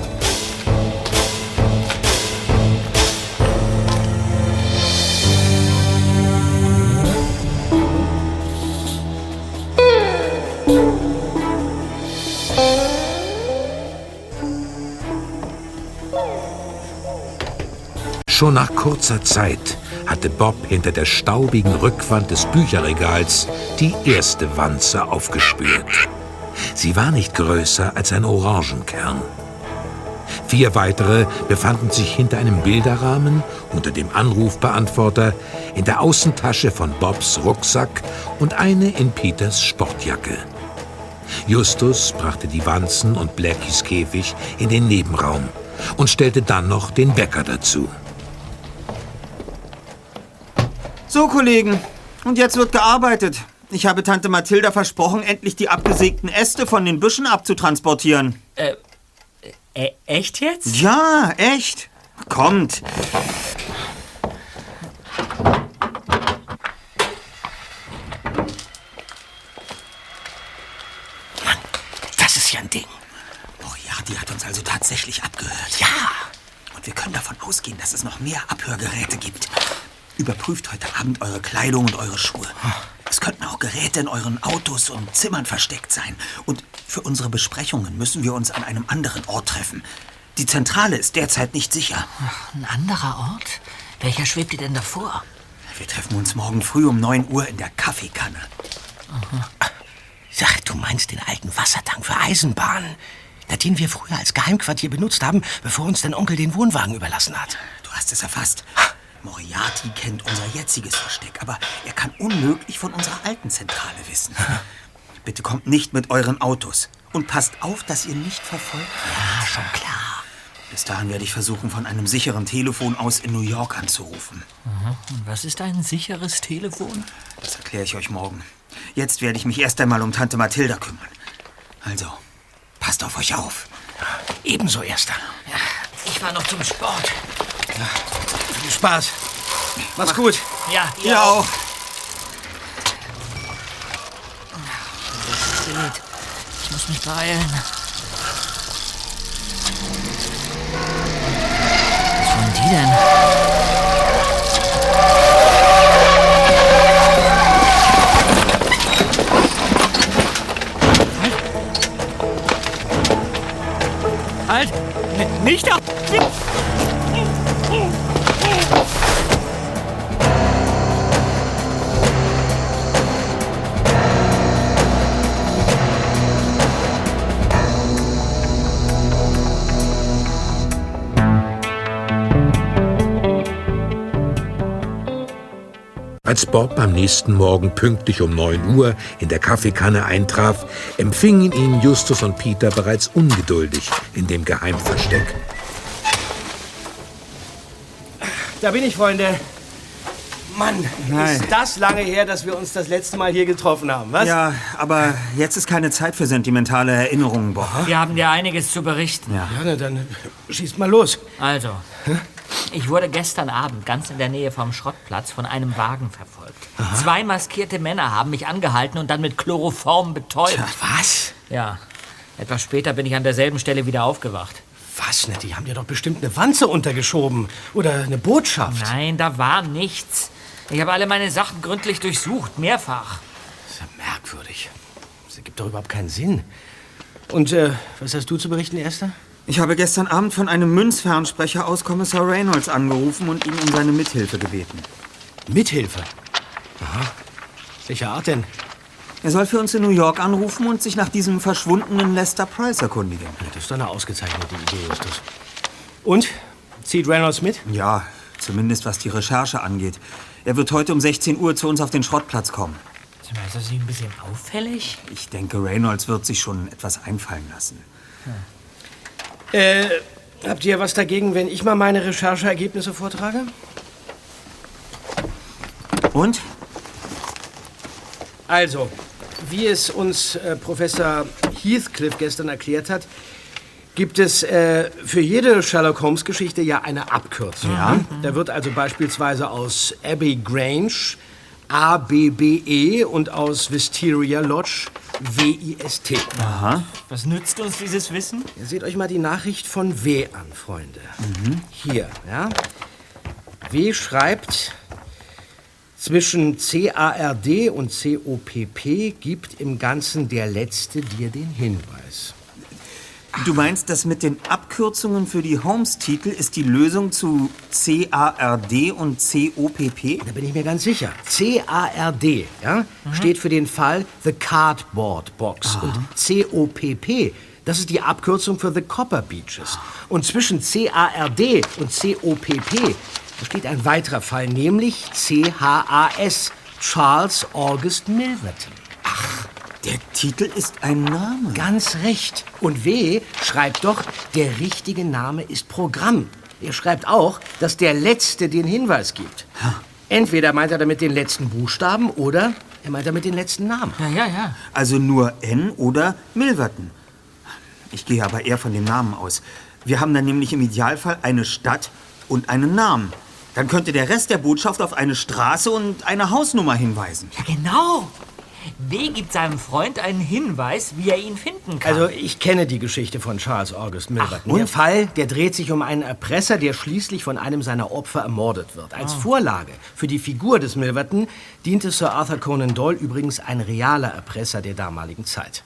S10: Schon nach kurzer Zeit hatte Bob hinter der staubigen Rückwand des Bücherregals die erste Wanze aufgespürt. Sie war nicht größer als ein Orangenkern. Vier weitere befanden sich hinter einem Bilderrahmen, unter dem Anrufbeantworter, in der Außentasche von Bobs Rucksack und eine in Peters Sportjacke. Justus brachte die Wanzen und Blackies Käfig in den Nebenraum und stellte dann noch den Bäcker dazu.
S1: So, Kollegen, und jetzt wird gearbeitet. Ich habe Tante Mathilda versprochen, endlich die abgesägten Äste von den Büschen abzutransportieren.
S7: Äh, äh echt jetzt?
S1: Ja, echt. Kommt.
S8: Mann, das ist ja ein Ding.
S1: Moriarty hat uns also tatsächlich abgehört.
S8: Ja.
S1: Und wir können davon ausgehen, dass es noch mehr Abhörgeräte gibt. Überprüft heute Abend eure Kleidung und eure Schuhe. Es könnten auch Geräte in euren Autos und Zimmern versteckt sein. Und für unsere Besprechungen müssen wir uns an einem anderen Ort treffen. Die Zentrale ist derzeit nicht sicher.
S7: Ein anderer Ort? Welcher schwebt dir denn davor?
S1: Wir treffen uns morgen früh um neun Uhr in der Kaffeekanne.
S8: Aha. Sag, du meinst den alten Wassertank für Eisenbahnen, den wir früher als Geheimquartier benutzt haben, bevor uns dein Onkel den Wohnwagen überlassen hat.
S1: Du hast es erfasst. Moriarty kennt unser jetziges Versteck, aber er kann unmöglich von unserer alten Zentrale wissen. Bitte kommt nicht mit euren Autos und passt auf, dass ihr nicht verfolgt werdet.
S8: Ja, schon klar.
S1: Bis dahin werde ich versuchen, von einem sicheren Telefon aus in New York anzurufen.
S7: Aha. Und was ist ein sicheres Telefon?
S1: Das erkläre ich euch morgen. Jetzt werde ich mich erst einmal um Tante Mathilda kümmern. Also, passt auf euch auf.
S8: Ebenso, Erster.
S7: Ja, ich fahre noch zum Sport.
S8: Ja. Viel Spaß. Mach's Mach. gut.
S7: Ja,
S1: ihr ja, auch.
S7: Es geht. Ich muss mich beeilen. Was wollen die denn? Halt! Halt! Nicht auf!
S10: Als Bob am nächsten Morgen pünktlich um neun Uhr in der Kaffeekanne eintraf, empfingen ihn Justus und Peter bereits ungeduldig in dem Geheimversteck.
S8: Da bin ich, Freunde. Mann,
S1: Nein.
S8: Ist das lange her, dass wir uns das letzte Mal hier getroffen haben, was?
S1: Ja, aber jetzt ist keine Zeit für sentimentale Erinnerungen, Bob.
S7: Wir haben dir einiges zu berichten.
S1: Ja,
S8: ja na, dann schießt mal los.
S7: Also, ich wurde gestern Abend ganz in der Nähe vom Schrottplatz von einem Wagen verfolgt. Aha. Zwei maskierte Männer haben mich angehalten und dann mit Chloroform betäubt.
S8: Tja, was?
S7: Ja, etwas später bin ich an derselben Stelle wieder aufgewacht.
S8: Was? Ne, die haben dir doch bestimmt eine Wanze untergeschoben. Oder eine Botschaft.
S7: Nein, da war nichts. Ich habe alle meine Sachen gründlich durchsucht, mehrfach.
S8: Das ist ja merkwürdig. Das ergibt doch überhaupt keinen Sinn. Und äh, was hast du zu berichten, Erster?
S1: Ich habe gestern Abend von einem Münzfernsprecher aus Kommissar Reynolds angerufen und ihn um seine Mithilfe gebeten.
S8: Mithilfe? Aha. Welcher Art denn?
S1: Er soll für uns in New York anrufen und sich nach diesem verschwundenen Lester Price erkundigen.
S8: Das ist doch eine ausgezeichnete Idee, Justus. Und? Zieht Reynolds mit?
S1: Ja, zumindest was die Recherche angeht. Er wird heute um sechzehn Uhr zu uns auf den Schrottplatz kommen.
S7: Ist das nicht ein bisschen auffällig?
S1: Ich denke, Reynolds wird sich schon etwas einfallen lassen.
S8: Hm. Äh, habt ihr was dagegen, wenn ich mal meine Rechercheergebnisse vortrage?
S1: Und?
S8: Also, wie es uns äh, Professor Heathcliff gestern erklärt hat, gibt es äh, für jede Sherlock-Holmes-Geschichte ja eine Abkürzung. Ja? Da wird also beispielsweise aus Abbey Grange A B B E und aus Wisteria Lodge W I S T.
S1: Aha.
S7: Was nützt uns dieses Wissen?
S8: Ja, seht euch mal die Nachricht von W an, Freunde.
S1: Mhm.
S8: Hier, ja. W schreibt, zwischen C A R D und C O P P gibt im Ganzen der Letzte dir den Hinweis.
S1: Du meinst, das mit den Abkürzungen für die Holmes-Titel ist die Lösung zu C A R D und C O P P?
S8: Da bin ich mir ganz sicher. C A R D ja, mhm. steht für den Fall The Cardboard Box. Aha. Und C O P P, das ist die Abkürzung für The Copper Beeches. Und zwischen C A R D und C O P P steht ein weiterer Fall, nämlich C H A S, Charles August Milverton.
S1: Ach, der Titel ist ein Name.
S8: Ganz recht. Und W schreibt doch, der richtige Name ist Programm. Er schreibt auch, dass der Letzte den Hinweis gibt.
S1: Ja.
S8: Entweder meint er damit den letzten Buchstaben oder er meint damit den letzten Namen.
S7: Ja, ja, ja.
S1: Also nur N oder Milverton. Ich gehe aber eher von dem Namen aus. Wir haben dann nämlich im Idealfall eine Stadt und einen Namen. Dann könnte der Rest der Botschaft auf eine Straße und eine Hausnummer hinweisen.
S7: Ja, genau. W gibt seinem Freund einen Hinweis, wie er ihn finden kann.
S8: Also, ich kenne die Geschichte von Charles August Milverton. Der Fall, der dreht sich um einen Erpresser, der schließlich von einem seiner Opfer ermordet wird. Als oh. Vorlage für die Figur des Milverton diente Sir Arthur Conan Doyle übrigens ein realer Erpresser der damaligen Zeit.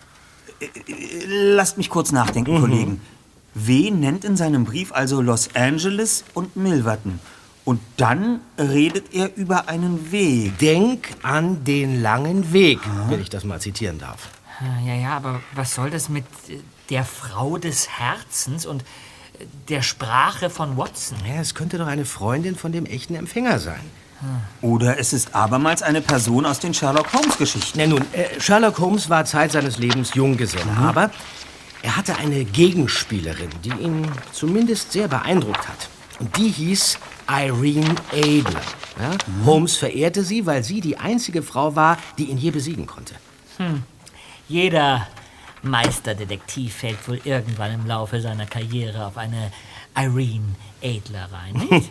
S1: Lasst mich kurz nachdenken, mhm. Kollegen. W nennt in seinem Brief also Los Angeles und Milverton. Und dann redet er über einen Weg.
S8: Denk an den langen Weg, ah. wenn ich das mal zitieren darf.
S7: Ja, ja, aber was soll das mit der Frau des Herzens und der Sprache von Watson?
S8: Ja, es könnte doch eine Freundin von dem echten Empfänger sein.
S1: Hm. Oder es ist abermals eine Person aus den Sherlock-Holmes-Geschichten.
S8: Na nun, äh, Sherlock Holmes war Zeit seines Lebens Junggeselle, mhm. aber er hatte eine Gegenspielerin, die ihn zumindest sehr beeindruckt hat. Und die hieß Irene Adler. Ja? Mhm. Holmes verehrte sie, weil sie die einzige Frau war, die ihn je besiegen konnte.
S7: Hm. Jeder Meisterdetektiv fällt wohl irgendwann im Laufe seiner Karriere auf eine Irene Adler rein, nicht?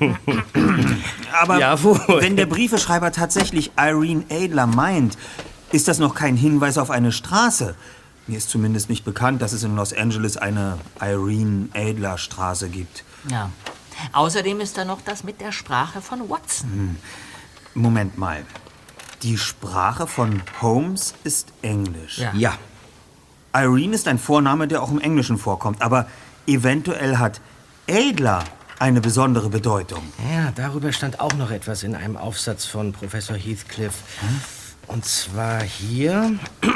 S1: Aber
S8: Jawohl.
S1: Wenn der Briefeschreiber tatsächlich Irene Adler meint, ist das noch kein Hinweis auf eine Straße. Mir ist zumindest nicht bekannt, dass es in Los Angeles eine Irene Adler Straße gibt.
S7: Ja. Außerdem ist da noch das mit der Sprache von Watson.
S1: Hm. Moment mal. Die Sprache von Holmes ist Englisch.
S7: Ja.
S8: ja.
S1: Irene ist ein Vorname, der auch im Englischen vorkommt. Aber eventuell hat Adler eine besondere Bedeutung.
S8: Ja, darüber stand auch noch etwas in einem Aufsatz von Professor Heathcliff. Hm? Und zwar hier...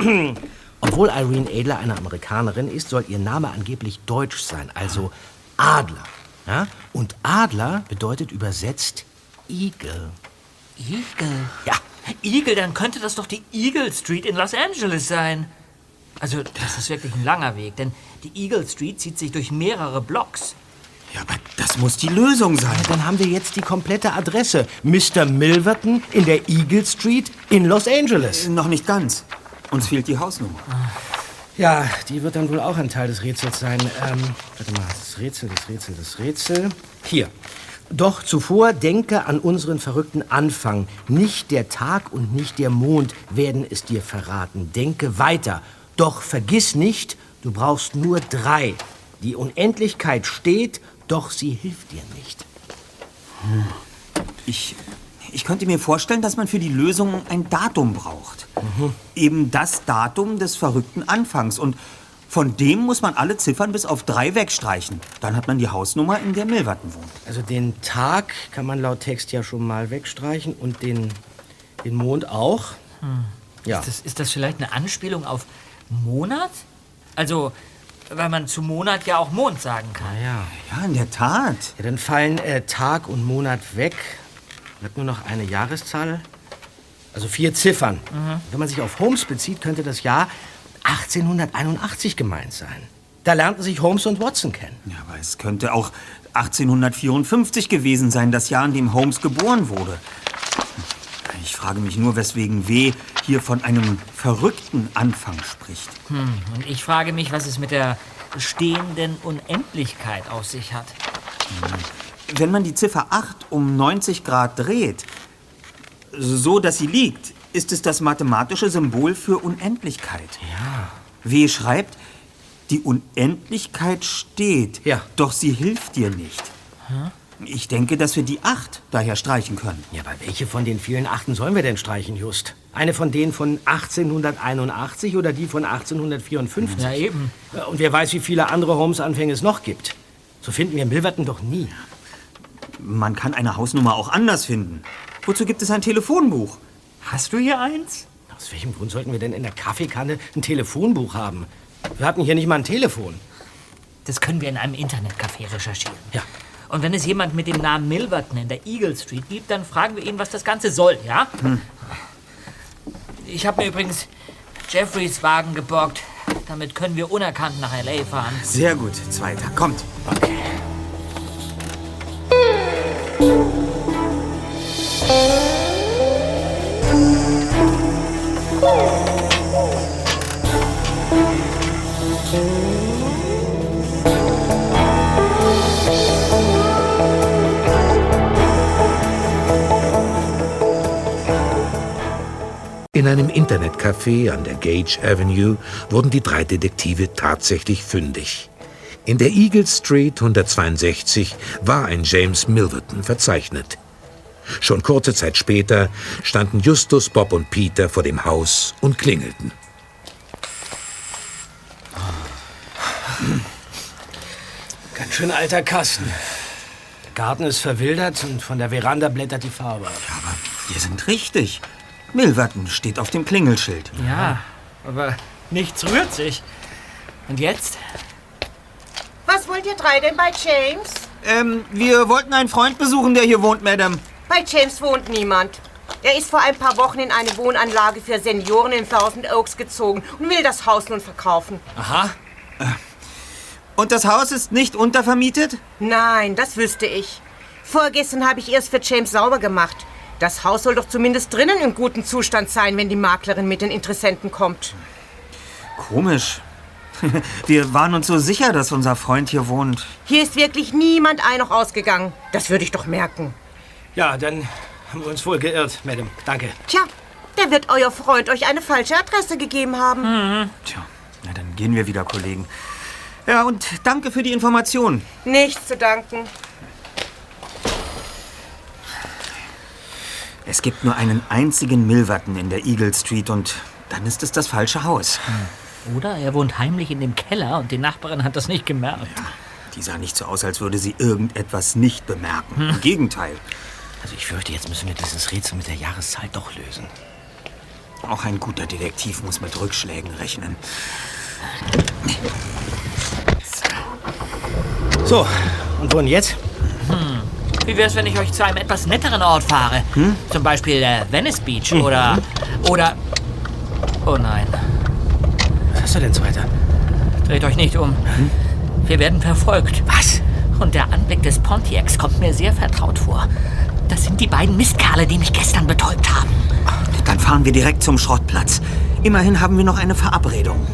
S8: Obwohl Irene Adler eine Amerikanerin ist, soll ihr Name angeblich deutsch sein, also Adler. Ja? Und Adler bedeutet übersetzt Igel.
S7: Igel?
S8: Ja.
S7: Igel, dann könnte das doch die Eagle Street in Los Angeles sein. Also, das ist wirklich ein langer Weg, denn die Eagle Street zieht sich durch mehrere Blocks.
S1: Ja, aber das muss die Lösung sein.
S8: Ja, dann haben wir jetzt die komplette Adresse. Mister Milverton in der Eagle Street in Los Angeles.
S1: Äh, noch nicht ganz. Uns fehlt die Hausnummer.
S8: Ja, die wird dann wohl auch ein Teil des Rätsels sein. Ähm, warte mal, das Rätsel, das Rätsel, das Rätsel. Hier. Doch zuvor denke an unseren verrückten Anfang. Nicht der Tag und nicht der Mond werden es dir verraten. Denke weiter. Doch vergiss nicht, du brauchst nur drei. Die Unendlichkeit steht, doch sie hilft dir nicht.
S1: Hm. Ich... Ich könnte mir vorstellen, dass man für die Lösung ein Datum braucht. Mhm. Eben das Datum des verrückten Anfangs. Und von dem muss man alle Ziffern bis auf drei wegstreichen. Dann hat man die Hausnummer, in der Milverton wohnt.
S8: Also den Tag kann man laut Text ja schon mal wegstreichen und den, den Mond auch.
S7: Hm.
S8: Ja.
S7: Ist das, ist das vielleicht eine Anspielung auf Monat? Also, weil man zu Monat ja auch Mond sagen kann.
S8: Na ja.
S1: Ja, in der Tat.
S8: Ja, dann fallen äh, Tag und Monat weg. Bleibt nur noch eine Jahreszahl, also vier Ziffern. Mhm. Wenn man sich auf Holmes bezieht, könnte das Jahr achtzehnhunderteinundachtzig gemeint sein. Da lernten sich Holmes und Watson kennen.
S1: Ja, aber es könnte auch achtzehnhundertvierundfünfzig gewesen sein, das Jahr, in dem Holmes geboren wurde. Ich frage mich nur, weswegen W. hier von einem verrückten Anfang spricht.
S7: Hm, und ich frage mich, was es mit der stehenden Unendlichkeit auf sich hat.
S1: Wenn man die Ziffer acht um neunzig Grad dreht, so dass sie liegt, ist es das mathematische Symbol für Unendlichkeit.
S8: Ja.
S1: W. schreibt, die Unendlichkeit steht,
S8: ja.
S1: doch sie hilft dir nicht.
S8: Hm?
S1: Ich denke, dass wir die acht daher streichen können.
S8: Ja, aber welche von den vielen Achten sollen wir denn streichen, Just? Eine von denen von achtzehnhunderteinundachtzig oder die von achtzehnhundertvierundfünfzig?
S7: Ja, eben.
S8: Und wer weiß, wie viele andere Holmes-Anfänge es noch gibt. So finden wir Milverton doch nie.
S1: Man kann eine Hausnummer auch anders finden. Wozu gibt es ein Telefonbuch?
S7: Hast du hier eins?
S8: Aus welchem Grund sollten wir denn in der Kaffeekanne ein Telefonbuch haben? Wir hatten hier nicht mal ein Telefon.
S7: Das können wir in einem Internetcafé recherchieren.
S8: Ja.
S7: Und wenn es jemand mit dem Namen Milverton in der Eagle Street gibt, dann fragen wir ihn, was das Ganze soll, ja?
S1: Hm.
S7: Ich habe mir übrigens Jeffreys Wagen geborgt. Damit können wir unerkannt nach L A fahren.
S1: Sehr gut, Zweiter. Kommt.
S7: Okay.
S10: In einem Internetcafé an der Gage Avenue wurden die drei Detektive tatsächlich fündig. In der Eagle Street hundertzweiundsechzig war ein James Milverton verzeichnet. Schon kurze Zeit später standen Justus, Bob und Peter vor dem Haus und klingelten.
S8: Ganz schön alter Kasten. Der Garten ist verwildert und von der Veranda blättert die Farbe ab.
S1: Ja, aber wir sind richtig. Milverton steht auf dem Klingelschild.
S7: Ja, aber nichts rührt sich. Und jetzt?
S14: Was wollt ihr drei denn bei James?
S1: Ähm, wir wollten einen Freund besuchen, der hier wohnt, Madame.
S14: Bei James wohnt niemand. Er ist vor ein paar Wochen in eine Wohnanlage für Senioren in Thousand Oaks gezogen und will das Haus nun verkaufen.
S1: Aha. Und das Haus ist nicht untervermietet?
S14: Nein, das wüsste ich. Vorgestern habe ich erst für James sauber gemacht. Das Haus soll doch zumindest drinnen in gutem Zustand sein, wenn die Maklerin mit den Interessenten kommt.
S1: Komisch. Wir waren uns so sicher, dass unser Freund hier wohnt.
S14: Hier ist wirklich niemand ein- noch ausgegangen. Das würde ich doch merken.
S8: Ja, dann haben wir uns wohl geirrt, Madame. Danke.
S14: Tja, da wird euer Freund euch eine falsche Adresse gegeben haben.
S7: Mhm.
S1: Tja, na dann gehen wir wieder, Kollegen. Ja, und danke für die Information.
S14: Nichts zu danken.
S1: Es gibt nur einen einzigen Milverton in der Eagle Street und dann ist es das falsche Haus.
S7: Oder er wohnt heimlich in dem Keller und die Nachbarin hat das nicht gemerkt.
S1: Ja, die sah nicht so aus, als würde sie irgendetwas nicht bemerken.
S7: Hm.
S1: Im Gegenteil.
S8: Also ich fürchte, jetzt müssen wir dieses Rätsel mit der Jahreszahl doch lösen.
S1: Auch ein guter Detektiv muss mit Rückschlägen rechnen.
S8: So, und wohin jetzt?
S7: Hm. Wie wär's, wenn ich euch zu einem etwas netteren Ort fahre?
S8: Hm?
S7: Zum Beispiel äh, Venice Beach oder... oder... Oh nein.
S8: Was hast du denn, Zweiter?
S7: Dreht euch nicht um. Hm? Wir werden verfolgt.
S8: Was?
S7: Und der Anblick des Pontiacs kommt mir sehr vertraut vor. Das sind die beiden Mistkerle, die mich gestern betäubt haben.
S1: Dann fahren wir direkt zum Schrottplatz. Immerhin haben wir noch eine Verabredung.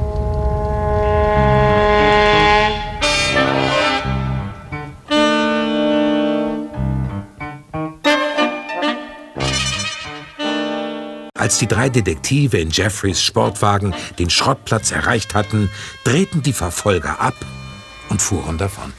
S10: Als die drei Detektive in Jeffreys Sportwagen den Schrottplatz erreicht hatten, drehten die Verfolger ab und fuhren davon.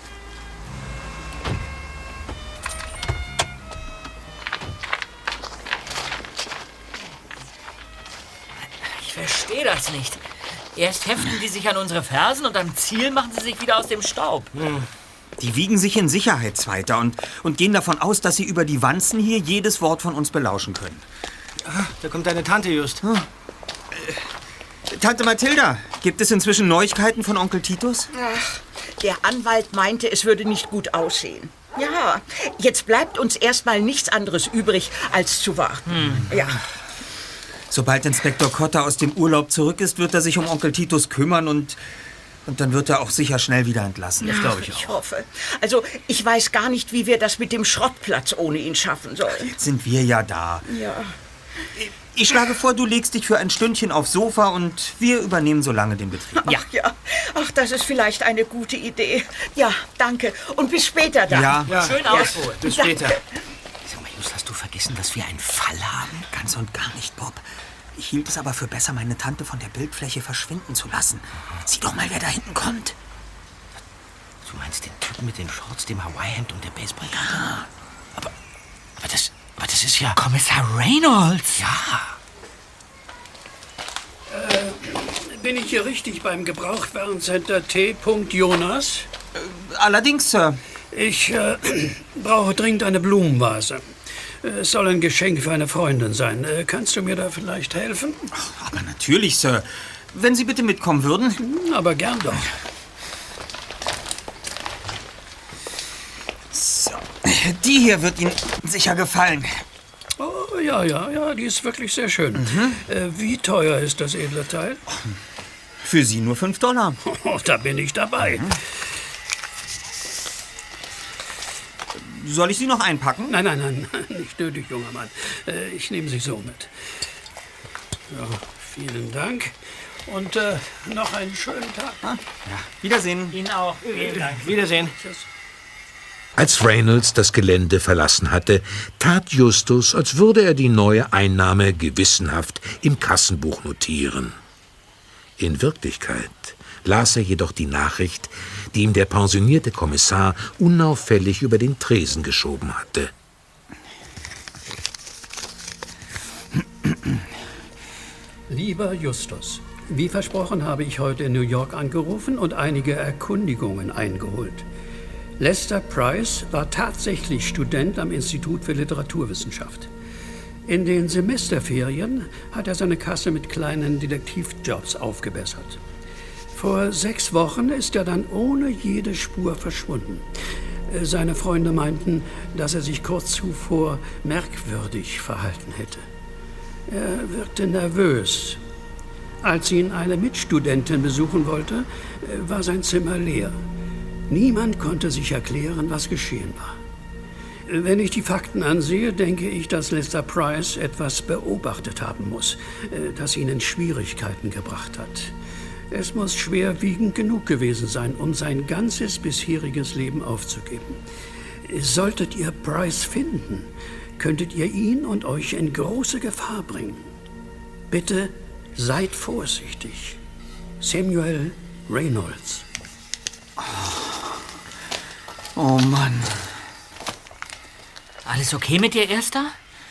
S7: Ich verstehe das nicht. Erst heften die sich an unsere Fersen und am Ziel machen sie sich wieder aus dem Staub.
S1: Hm. Die wiegen sich in Sicherheit, Zweiter, und, und gehen davon aus, dass sie über die Wanzen hier jedes Wort von uns belauschen können.
S8: Ah, da kommt deine Tante just.
S1: Hm. Äh, Tante Mathilda, gibt es inzwischen Neuigkeiten von Onkel Titus?
S9: Ach, der Anwalt meinte, es würde nicht gut aussehen. Ja, jetzt bleibt uns erstmal nichts anderes übrig, als zu warten.
S1: Hm.
S9: Ja.
S1: Sobald Inspektor Cotter aus dem Urlaub zurück ist, wird er sich um Onkel Titus kümmern und Und dann wird er auch sicher schnell wieder entlassen.
S9: Das glaube ich auch. Ich hoffe. Also, ich weiß gar nicht, wie wir das mit dem Schrottplatz ohne ihn schaffen sollen.
S1: Jetzt sind wir ja da.
S9: Ja.
S1: Ich schlage vor, du legst dich für ein Stündchen aufs Sofa und wir übernehmen so lange den Betrieb.
S9: Ach, ja. Ach, das ist vielleicht eine gute Idee. Ja, danke. Und bis später dann.
S1: Ja, ja.
S7: Schön
S1: ja.
S7: ausruhen.
S1: Bis später.
S8: Sag mal, Just, hast du vergessen, dass wir einen Fall haben?
S1: Ganz und gar nicht, Bob. Ich hielt es aber für besser, meine Tante von der Bildfläche verschwinden zu lassen. Sieh doch mal, wer da hinten kommt.
S8: Du meinst den Typen mit den Shorts, dem Hawaii-Hemd und der Baseballkarte? Ja. Aber, aber, das, aber das ist ja...
S7: Kommissar Reynolds!
S8: Ja.
S15: Äh, bin ich hier richtig beim Gebrauchtwarencenter T. Jonas?
S1: Äh, allerdings, Sir.
S15: Ich äh, brauche dringend eine Blumenvase. Es soll ein Geschenk für eine Freundin sein. Äh, kannst du mir da vielleicht helfen?
S1: Ach, aber natürlich, Sir. Wenn Sie bitte mitkommen würden.
S15: Aber gern doch.
S1: So, die hier wird Ihnen sicher gefallen.
S15: Oh, ja, ja, ja, die ist wirklich sehr schön. Mhm. Äh, wie teuer ist das edle Teil?
S1: Für Sie nur fünf Dollar.
S15: Oh, da bin ich dabei.
S1: Mhm. Soll ich Sie noch einpacken?
S15: Nein, nein, nein, nicht nötig, junger Mann. Äh, ich nehme Sie so mit. Ja, vielen Dank. Und äh, noch einen schönen Tag.
S1: Ah, ja. Wiedersehen.
S7: Ihnen auch. Vielen Dank.
S8: Wiedersehen.
S15: Tschüss.
S10: Als Reynolds das Gelände verlassen hatte, tat Justus, als würde er die neue Einnahme gewissenhaft im Kassenbuch notieren. In Wirklichkeit las er jedoch die Nachricht, die ihm der pensionierte Kommissar unauffällig über den Tresen geschoben hatte.
S15: Lieber Justus, wie versprochen habe ich heute in New York angerufen und einige Erkundigungen eingeholt. Lester Price war tatsächlich Student am Institut für Literaturwissenschaft. In den Semesterferien hat er seine Kasse mit kleinen Detektivjobs aufgebessert. Vor sechs Wochen ist er dann ohne jede Spur verschwunden. Seine Freunde meinten, dass er sich kurz zuvor merkwürdig verhalten hätte. Er wirkte nervös. Als ihn eine Mitstudentin besuchen wollte, war sein Zimmer leer. Niemand konnte sich erklären, was geschehen war. Wenn ich die Fakten ansehe, denke ich, dass Lester Price etwas beobachtet haben muss, das ihn in Schwierigkeiten gebracht hat. Es muss schwerwiegend genug gewesen sein, um sein ganzes bisheriges Leben aufzugeben. Solltet ihr Price finden, könntet ihr ihn und euch in große Gefahr bringen. Bitte seid vorsichtig. Samuel Reynolds.
S1: Oh Mann.
S7: Alles okay mit dir, Erster?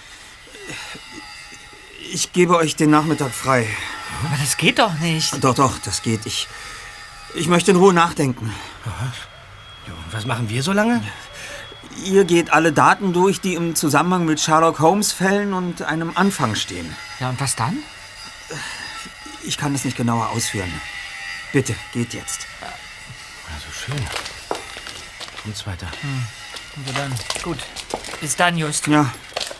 S1: Ich gebe euch den Nachmittag frei.
S7: Aber das geht doch nicht.
S1: Doch, doch, das geht. Ich, ich möchte in Ruhe nachdenken.
S8: Ja, und was machen wir so lange?
S1: Ihr geht alle Daten durch, die im Zusammenhang mit Sherlock Holmes-Fällen und einem Anfang stehen.
S7: Ja, und was dann?
S1: Ich kann es nicht genauer ausführen. Bitte, geht jetzt.
S8: Also schön. Kommt's weiter.
S7: Hm. Also dann, gut. Bis dann, Just.
S1: Ja.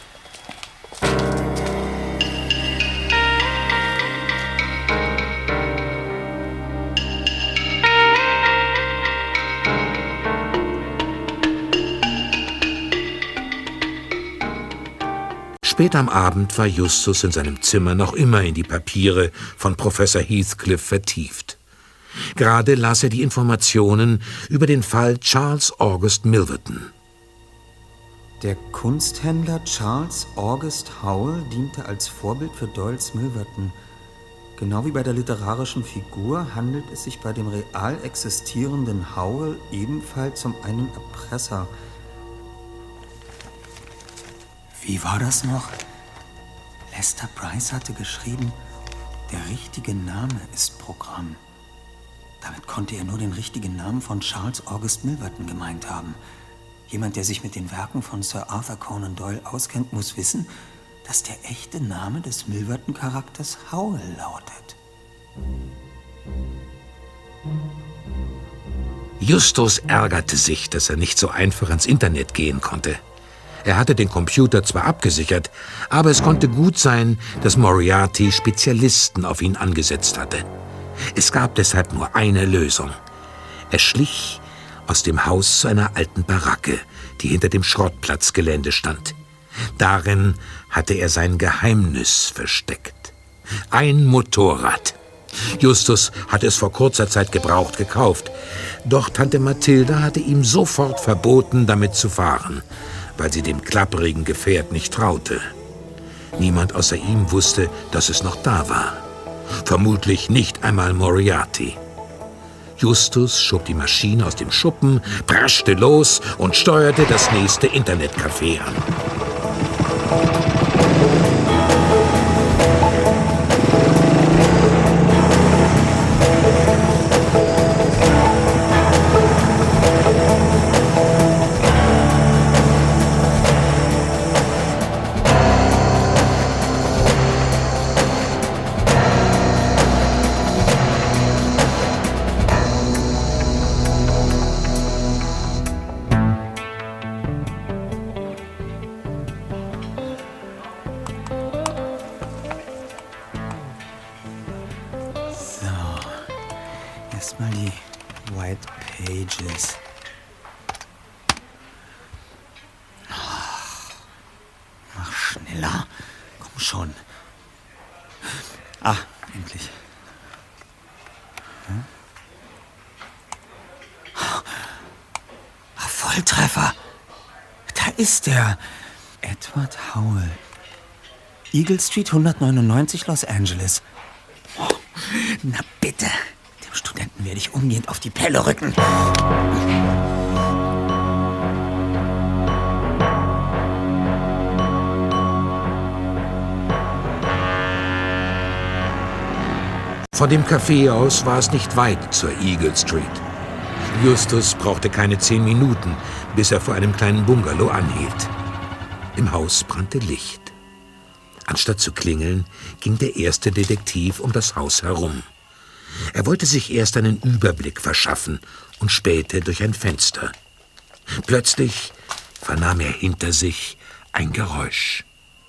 S10: Spät am Abend war Justus in seinem Zimmer noch immer in die Papiere von Professor Heathcliff vertieft. Gerade las er die Informationen über den Fall Charles August Milverton.
S1: Der Kunsthändler Charles August Howell diente als Vorbild für Doyles Milverton. Genau wie bei der literarischen Figur handelt es sich bei dem real existierenden Howell ebenfalls um einen Erpresser. Wie war das noch? Lester Price hatte geschrieben, der richtige Name ist Programm. Damit konnte er nur den richtigen Namen von Charles August Milverton gemeint haben. Jemand, der sich mit den Werken von Sir Arthur Conan Doyle auskennt, muss wissen, dass der echte Name des Milverton-Charakters Howell lautet.
S10: Justus ärgerte sich, dass er nicht so einfach ans Internet gehen konnte. Er hatte den Computer zwar abgesichert, aber es konnte gut sein, dass Moriarty Spezialisten auf ihn angesetzt hatte. Es gab deshalb nur eine Lösung. Er schlich aus dem Haus zu einer alten Baracke, die hinter dem Schrottplatzgelände stand. Darin hatte er sein Geheimnis versteckt. Ein Motorrad. Justus hatte es vor kurzer Zeit gebraucht gekauft. Doch Tante Mathilda hatte ihm sofort verboten, damit zu fahren, weil sie dem klapprigen Gefährt nicht traute. Niemand außer ihm wusste, dass es noch da war. Vermutlich nicht einmal Moriarty. Justus schob die Maschine aus dem Schuppen, praschte los und steuerte das nächste Internetcafé an.
S1: Erstmal die White Pages. Mach schneller. Komm schon. Ah, endlich. Hm? Ah, Volltreffer. Da ist er. Edward Howell. Eagle Street hundertneunundneunzig, Los Angeles. Oh, na bitte. Dem Studenten werde ich umgehend auf die Pelle rücken.
S10: Von dem Café aus war es nicht weit zur Eagle Street. Justus brauchte keine zehn Minuten, bis er vor einem kleinen Bungalow anhielt. Im Haus brannte Licht. Anstatt zu klingeln, ging der erste Detektiv um das Haus herum. Er wollte sich erst einen Überblick verschaffen und spähte durch ein Fenster. Plötzlich vernahm er hinter sich ein Geräusch.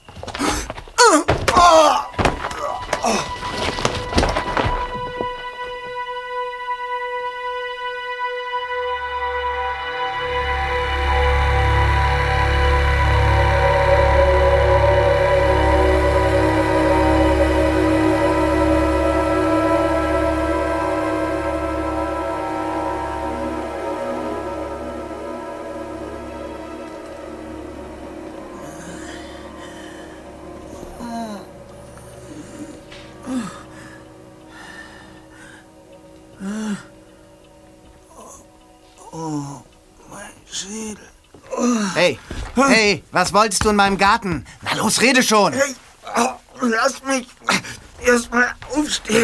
S16: Hey, hey, was wolltest du in meinem Garten? Na los, rede schon!
S1: Hey, oh, lass mich erst mal aufstehen.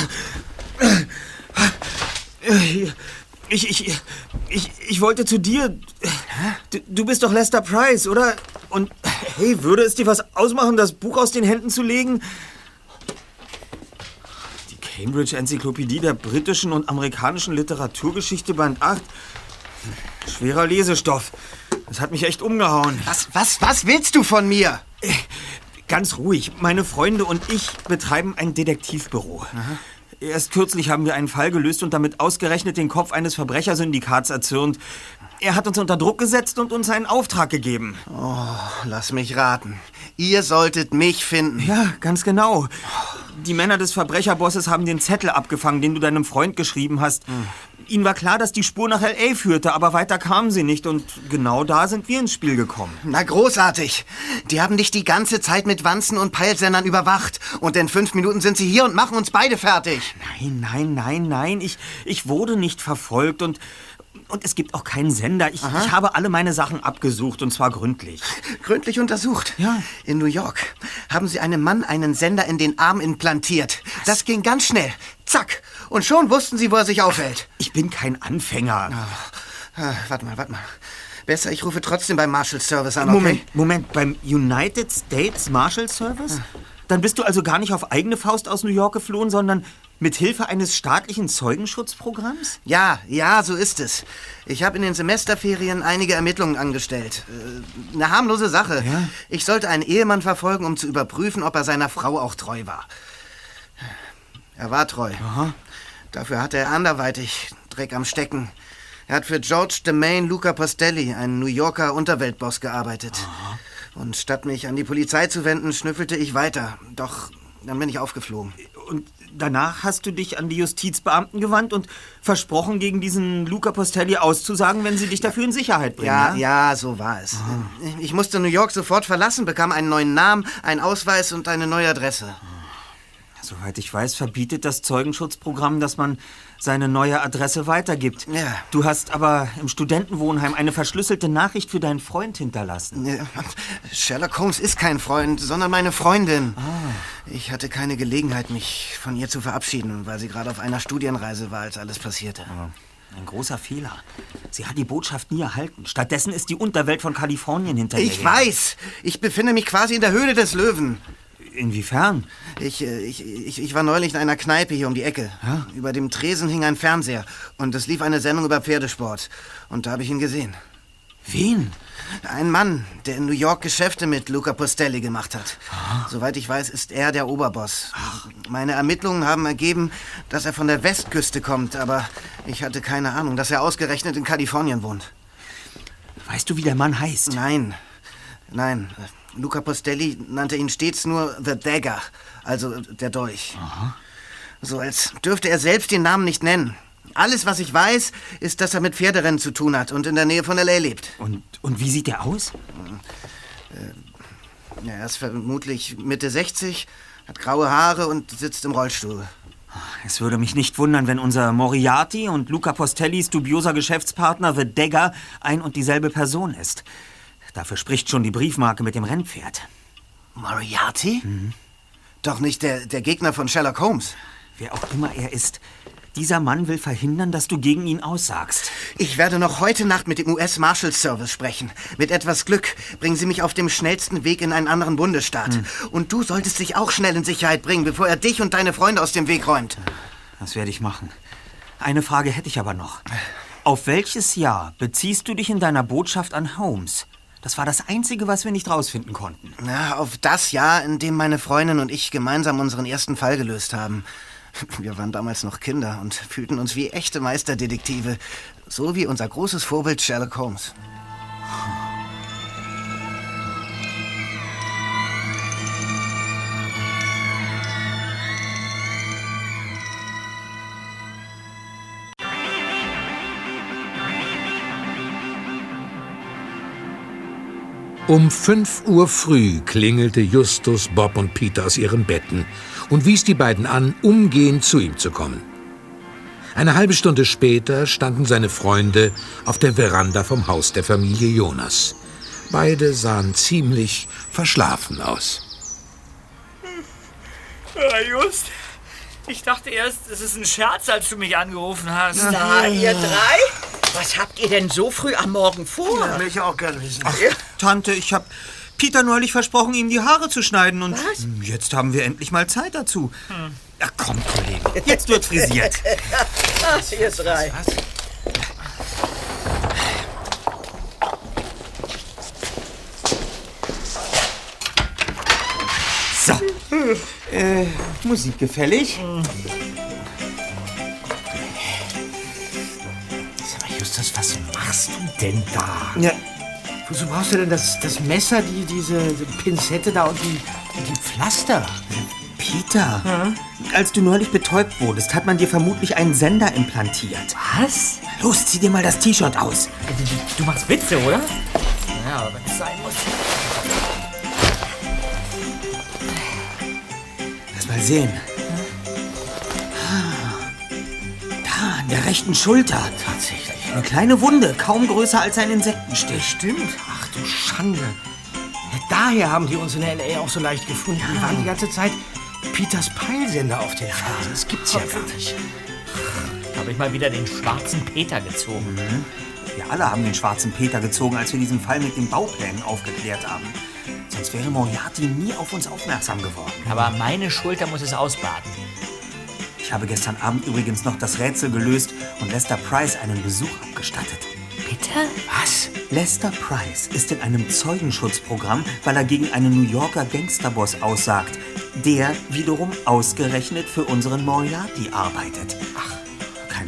S1: Ich, ich, ich, ich wollte zu dir. Du, du bist doch Lester Price, oder? Und hey, würde es dir was ausmachen, das Buch aus den Händen zu legen? Die Cambridge-Enzyklopädie der britischen und amerikanischen Literaturgeschichte, Band acht. Schwerer Lesestoff. Das hat mich echt umgehauen.
S16: Was, was, was willst du von mir?
S1: Ganz ruhig. Meine Freunde und ich betreiben ein Detektivbüro. Aha. Erst kürzlich haben wir einen Fall gelöst und damit ausgerechnet den Kopf eines Verbrechersyndikats erzürnt. Er hat uns unter Druck gesetzt und uns einen Auftrag gegeben.
S16: Oh, lass mich raten. Ihr solltet mich finden.
S1: Ja, ganz genau. Die Männer des Verbrecherbosses haben den Zettel abgefangen, den du deinem Freund geschrieben hast. Hm. Ihnen war klar, dass die Spur nach L A führte, aber weiter kamen sie nicht. Und genau da sind wir ins Spiel gekommen.
S16: Na, großartig. Die haben dich die ganze Zeit mit Wanzen und Peilsendern überwacht. Und in fünf Minuten sind sie hier und machen uns beide fertig.
S1: Nein, nein, nein, nein. Ich, ich wurde nicht verfolgt und... Und es gibt auch keinen Sender. Ich, ich habe alle meine Sachen abgesucht, und zwar gründlich.
S16: Gründlich untersucht?
S1: Ja.
S16: In New York haben sie einem Mann einen Sender in den Arm implantiert. Was? Das ging ganz schnell. Zack. Und schon wussten sie, wo er sich aufhält.
S1: Ich bin kein Anfänger.
S16: Oh. Ah, warte mal, warte mal. Besser, ich rufe trotzdem beim Marshal Service an, okay?
S1: Moment, Moment. Beim United States Marshal Service? Ah. Dann bist du also gar nicht auf eigene Faust aus New York geflohen, sondern mit Hilfe eines staatlichen Zeugenschutzprogramms?
S16: Ja, ja, so ist es. Ich habe in den Semesterferien einige Ermittlungen angestellt. Äh, eine harmlose Sache. Ja? Ich sollte einen Ehemann verfolgen, um zu überprüfen, ob er seiner Frau auch treu war. Er war treu.
S1: Aha.
S16: Dafür hatte er anderweitig Dreck am Stecken. Er hat für George DeMaine Luca Postelli, einen New Yorker Unterweltboss, gearbeitet. Aha. Und statt mich an die Polizei zu wenden, schnüffelte ich weiter. Doch dann bin ich aufgeflogen.
S1: Und danach hast du dich an die Justizbeamten gewandt und versprochen, gegen diesen Luca Postelli auszusagen, wenn sie dich dafür in Sicherheit bringen,
S16: ja?
S1: Ja,
S16: ja, so war es. Oh. Ich musste New York sofort verlassen, bekam einen neuen Namen, einen Ausweis und eine neue Adresse.
S1: Soweit ich weiß, verbietet das Zeugenschutzprogramm, dass man seine neue Adresse weitergibt.
S16: Ja.
S1: Du hast aber im Studentenwohnheim eine verschlüsselte Nachricht für deinen Freund hinterlassen.
S16: Ja, Sherlock Holmes ist kein Freund, sondern meine Freundin. Ah. Ich hatte keine Gelegenheit, mich von ihr zu verabschieden, weil sie gerade auf einer Studienreise war, als alles passierte.
S1: Oh. Ein großer Fehler. Sie hat die Botschaft nie erhalten. Stattdessen ist die Unterwelt von Kalifornien hinter ihr.
S16: Ich weiß! Ich befinde mich quasi in der Höhle des Löwen.
S1: Inwiefern?
S16: Ich, ich, ich, ich war neulich in einer Kneipe hier um die Ecke. Ja? Über dem Tresen hing ein Fernseher und es lief eine Sendung über Pferdesport. Und da habe ich ihn gesehen.
S1: Wen?
S16: Ein Mann, der in New York Geschäfte mit Luca Postelli gemacht hat. Aha. Soweit ich weiß, ist er der Oberboss. Ach. Meine Ermittlungen haben ergeben, dass er von der Westküste kommt, aber ich hatte keine Ahnung, dass er ausgerechnet in Kalifornien wohnt.
S1: Weißt du, wie der Mann heißt?
S16: Nein, nein. Luca Postelli nannte ihn stets nur The Dagger, also der Dolch. Aha. So als dürfte er selbst den Namen nicht nennen. Alles, was ich weiß, ist, dass er mit Pferderennen zu tun hat und in der Nähe von L A lebt.
S1: Und, und wie sieht er aus?
S16: Äh, er ist vermutlich Mitte sechzig, hat graue Haare und sitzt im Rollstuhl.
S1: Es würde mich nicht wundern, wenn unser Moriarty und Luca Postellis dubioser Geschäftspartner The Dagger ein und dieselbe Person ist. Dafür spricht schon die Briefmarke mit dem Rennpferd.
S16: Moriarty? Mhm. Doch nicht der, der Gegner von Sherlock Holmes.
S1: Wer auch immer er ist, dieser Mann will verhindern, dass du gegen ihn aussagst.
S16: Ich werde noch heute Nacht mit dem U S Marshals Service sprechen. Mit etwas Glück bringen sie mich auf dem schnellsten Weg in einen anderen Bundesstaat. Mhm. Und du solltest dich auch schnell in Sicherheit bringen, bevor er dich und deine Freunde aus dem Weg räumt.
S1: Das werde ich machen. Eine Frage hätte ich aber noch. Auf welches Jahr beziehst du dich in deiner Botschaft an Holmes? Das war das Einzige, was wir nicht rausfinden konnten.
S16: Na, auf das Jahr, in dem meine Freundin und ich gemeinsam unseren ersten Fall gelöst haben. Wir waren damals noch Kinder und fühlten uns wie echte Meisterdetektive. So wie unser großes Vorbild Sherlock Holmes.
S10: Um fünf Uhr früh klingelte Justus, Bob und Peter aus ihren Betten und wies die beiden an, umgehend zu ihm zu kommen. Eine halbe Stunde später standen seine Freunde auf der Veranda vom Haus der Familie Jonas. Beide sahen ziemlich verschlafen aus.
S7: Ja, Just, ich dachte erst, es ist ein Scherz, als du mich angerufen hast.
S9: Na, ihr drei? Was habt ihr denn so früh am Morgen vor?
S4: Ja, will ich auch gerne wissen.
S1: Ach, Tante, ich hab Peter neulich versprochen, ihm die Haare zu schneiden. Und
S9: Was?
S1: Jetzt haben wir endlich mal Zeit dazu. Hm. Ja, komm, Kollege, jetzt wird frisiert.
S9: Ach, ihr drei.
S1: Was? So. Hm. Äh, Musik gefällig? Hm.
S8: Justus, was machst du denn da?
S1: Ja.
S8: Wozu brauchst du denn das, das Messer, die, diese Pinzette da und die, die Pflaster?
S1: Peter, hm? Als du neulich betäubt wurdest, hat man dir vermutlich einen Sender implantiert.
S7: Was?
S1: Los, zieh dir mal das T-Shirt aus.
S7: Du machst Witze, oder? Ja, aber wenn es sein muss.
S1: Lass mal sehen. Da, an der rechten Schulter.
S8: Tatsächlich.
S1: Eine kleine Wunde, kaum größer als ein Insektenstich.
S8: Stimmt. Ach du Schande. Ja, daher haben die uns in L A auch so leicht gefunden. Ja. Die waren die ganze Zeit Peters Peilsender auf den Fersen. Das gibt's ja gar nicht.
S7: Habe ich mal wieder den schwarzen Peter gezogen.
S1: Mhm. Wir alle haben den schwarzen Peter gezogen, als wir diesen Fall mit den Bauplänen aufgeklärt haben. Sonst wäre Moriarty nie auf uns aufmerksam geworden.
S7: Aber meine Schulter muss es ausbaden.
S1: Ich habe gestern Abend übrigens noch das Rätsel gelöst und Lester Price einen Besuch abgestattet.
S7: Bitte?
S1: Was? Lester Price ist in einem Zeugenschutzprogramm, weil er gegen einen New Yorker Gangsterboss aussagt, der wiederum ausgerechnet für unseren Moriarty arbeitet.
S7: Ach.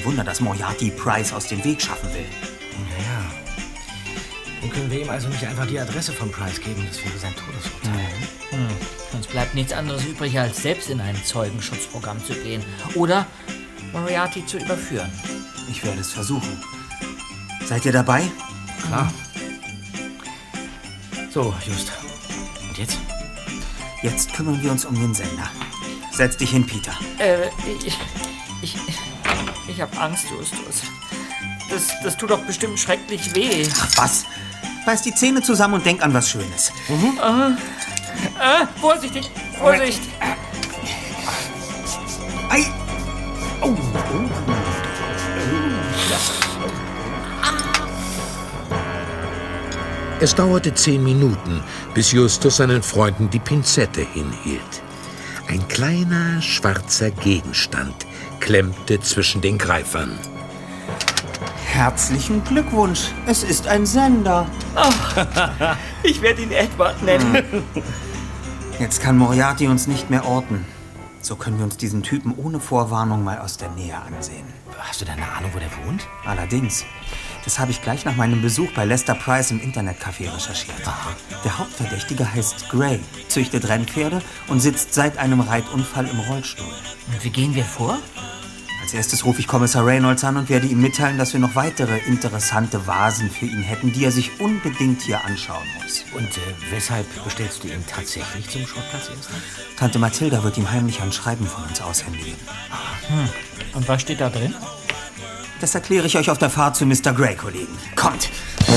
S1: Kein Wunder, dass Moriarty Price aus dem Weg schaffen will.
S8: Naja. Dann können wir ihm also nicht einfach die Adresse von Price geben. Das wäre sein Todesurteil.
S7: Hm. Uns bleibt nichts anderes übrig, als selbst in ein Zeugenschutzprogramm zu gehen. Oder Moriarty zu überführen.
S1: Ich werde es versuchen. Seid ihr dabei?
S8: Klar. So, Just. Und jetzt?
S1: Jetzt kümmern wir uns um den Sender. Setz dich hin, Peter.
S7: Äh, ich... Ich... Ich hab Angst, Justus. Das, das tut doch bestimmt schrecklich weh.
S1: Ach, was? Beiß die Zähne zusammen und denk an was Schönes.
S7: Mhm. Äh, äh, vorsichtig, Vorsicht.
S1: Ei. Oh. Oh.
S10: Es dauerte zehn Minuten, bis Justus seinen Freunden die Pinzette hinhielt. Ein kleiner, schwarzer Gegenstand klemmte zwischen den Greifern.
S1: Herzlichen Glückwunsch. Es ist ein Sender.
S7: Oh, ich werde ihn Edward nennen.
S1: Jetzt kann Moriarty uns nicht mehr orten. So können wir uns diesen Typen ohne Vorwarnung mal aus der Nähe ansehen.
S8: Hast du denn eine Ahnung, wo der wohnt?
S1: Allerdings. Das habe ich gleich nach meinem Besuch bei Lester Price im Internetcafé recherchiert. Aha. Der Hauptverdächtige heißt Gray, züchtet Rennpferde und sitzt seit einem Reitunfall im Rollstuhl.
S7: Und wie gehen wir vor?
S1: Als erstes rufe ich Kommissar Reynolds an und werde ihm mitteilen, dass wir noch weitere interessante Vasen für ihn hätten, die er sich unbedingt hier anschauen muss.
S8: Und äh, weshalb bestellst du ihn tatsächlich zum Schrottplatz erst?
S1: Tante Mathilda wird ihm heimlich ein Schreiben von uns aushändigen.
S7: Hm. Und was steht da drin?
S1: Das erkläre ich euch auf der Fahrt zu Mister Gray, Kollegen. Kommt!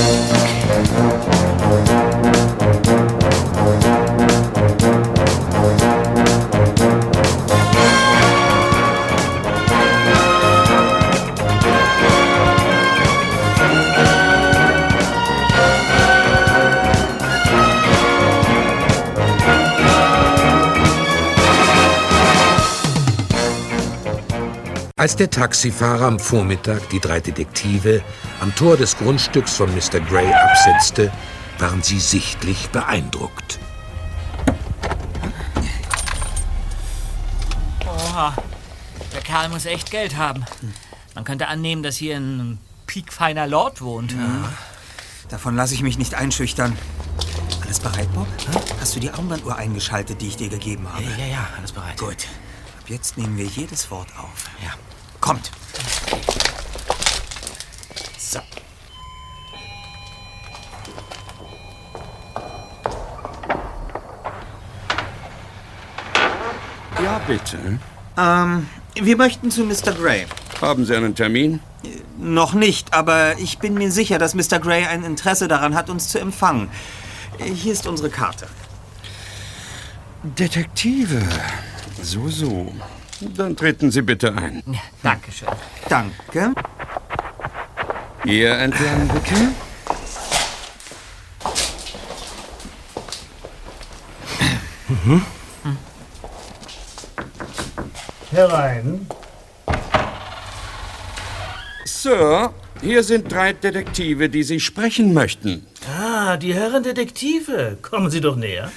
S10: Als der Taxifahrer am Vormittag die drei Detektive am Tor des Grundstücks von Mister Gray absetzte, waren sie sichtlich beeindruckt.
S7: Oha, der Kerl muss echt Geld haben. Man könnte annehmen, dass hier ein piekfeiner Lord wohnt.
S1: Ja, davon lasse ich mich nicht einschüchtern. Alles bereit, Bob? Hast du die Armbanduhr eingeschaltet, die ich dir gegeben habe?
S8: Ja, ja, ja, alles bereit.
S1: Gut. Ab jetzt nehmen wir jedes Wort auf.
S8: Ja.
S1: Kommt. So.
S17: Ja, bitte.
S1: Ähm, wir möchten zu Mister Gray.
S17: Haben Sie einen Termin?
S1: Äh, noch nicht, aber ich bin mir sicher, dass Mister Gray ein Interesse daran hat, uns zu empfangen. Äh, hier ist unsere Karte.
S17: Detektive. So, so. Dann treten Sie bitte ein.
S7: Ja, Dankeschön.
S1: Danke.
S17: Hier entlang, bitte.
S4: Mhm. Herein.
S17: Sir, hier sind drei Detektive, die Sie sprechen möchten.
S18: Ah, die Herren Detektive. Kommen Sie doch näher.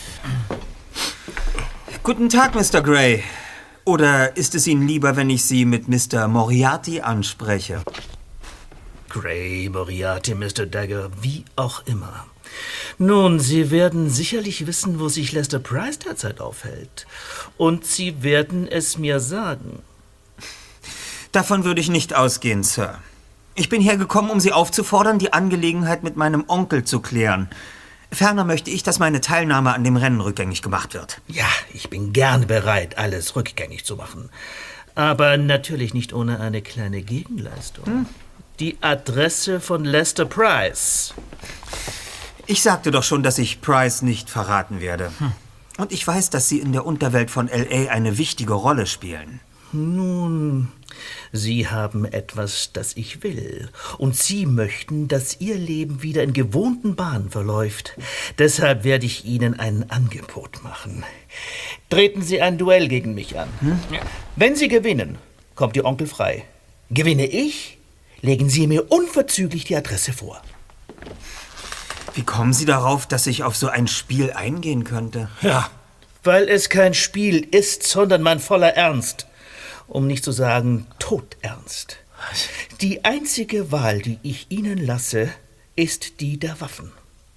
S1: Guten Tag, Mister Gray. Oder ist es Ihnen lieber, wenn ich Sie mit Mister Moriarty anspreche?
S18: Gray, Moriarty, Mister Dagger, wie auch immer. Nun, Sie werden sicherlich wissen, wo sich Lester Price derzeit aufhält. Und Sie werden es mir sagen.
S1: Davon würde ich nicht ausgehen, Sir. Ich bin hergekommen, um Sie aufzufordern, die Angelegenheit mit meinem Onkel zu klären. Ferner möchte ich, dass meine Teilnahme an dem Rennen rückgängig gemacht wird.
S18: Ja, ich bin gern bereit, alles rückgängig zu machen. Aber natürlich nicht ohne eine kleine Gegenleistung. Hm? Die Adresse von Lester Price.
S1: Ich sagte doch schon, dass ich Price nicht verraten werde. Hm. Und ich weiß, dass Sie in der Unterwelt von L A eine wichtige Rolle spielen.
S18: Nun, Sie haben etwas, das ich will. Und Sie möchten, dass Ihr Leben wieder in gewohnten Bahnen verläuft. Deshalb werde ich Ihnen ein Angebot machen. Treten Sie ein Duell gegen mich an. Hm? Ja. Wenn Sie gewinnen, kommt Ihr Onkel frei. Gewinne ich, legen Sie mir unverzüglich die Adresse vor.
S1: Wie kommen Sie darauf, dass ich auf so ein Spiel eingehen könnte?
S18: Ja, weil es kein Spiel ist, sondern mein voller Ernst. Um nicht zu sagen todernst. Die einzige Wahl, die ich Ihnen lasse, ist die der Waffen.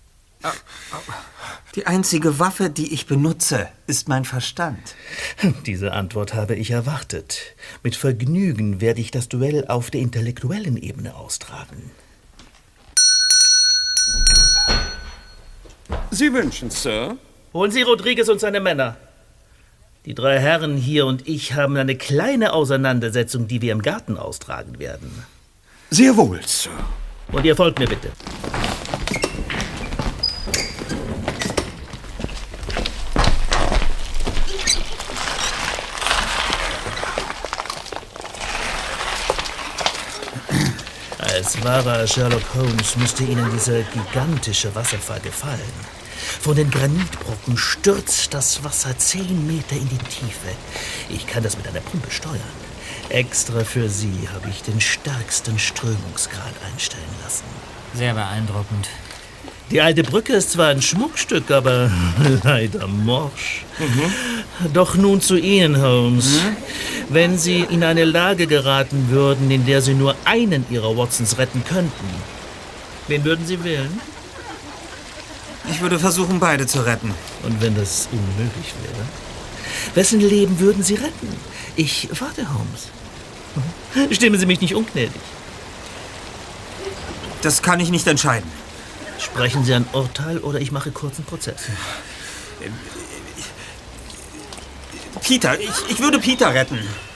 S1: Die einzige Waffe, die ich benutze, ist mein Verstand.
S18: Diese Antwort habe ich erwartet. Mit Vergnügen werde ich das Duell auf der intellektuellen Ebene austragen.
S17: Sie wünschen, Sir?
S18: Holen Sie Rodriguez und seine Männer. Die drei Herren hier und ich haben eine kleine Auseinandersetzung, die wir im Garten austragen werden.
S17: Sehr wohl, Sir.
S18: Und ihr folgt mir bitte. Als wahrer Sherlock Holmes müsste Ihnen dieser gigantische Wasserfall gefallen. Von den Granitbrocken stürzt das Wasser zehn Meter in die Tiefe. Ich kann das mit einer Pumpe steuern. Extra für Sie habe ich den stärksten Strömungsgrad einstellen lassen.
S7: Sehr beeindruckend.
S18: Die alte Brücke ist zwar ein Schmuckstück, aber leider morsch. Mhm. Doch nun zu Ihnen, Holmes. Mhm. Wenn Sie in eine Lage geraten würden, in der Sie nur einen Ihrer Watsons retten könnten, wen würden Sie wählen?
S1: Ich würde versuchen, beide zu retten.
S18: Und wenn das unmöglich wäre? Wessen Leben würden Sie retten? Ich warte, Holmes. Stimmen Sie mich nicht ungnädig.
S1: Das kann ich nicht entscheiden.
S18: Sprechen Sie ein Urteil oder ich mache kurzen Prozess.
S1: Peter, ich, ich würde Peter retten.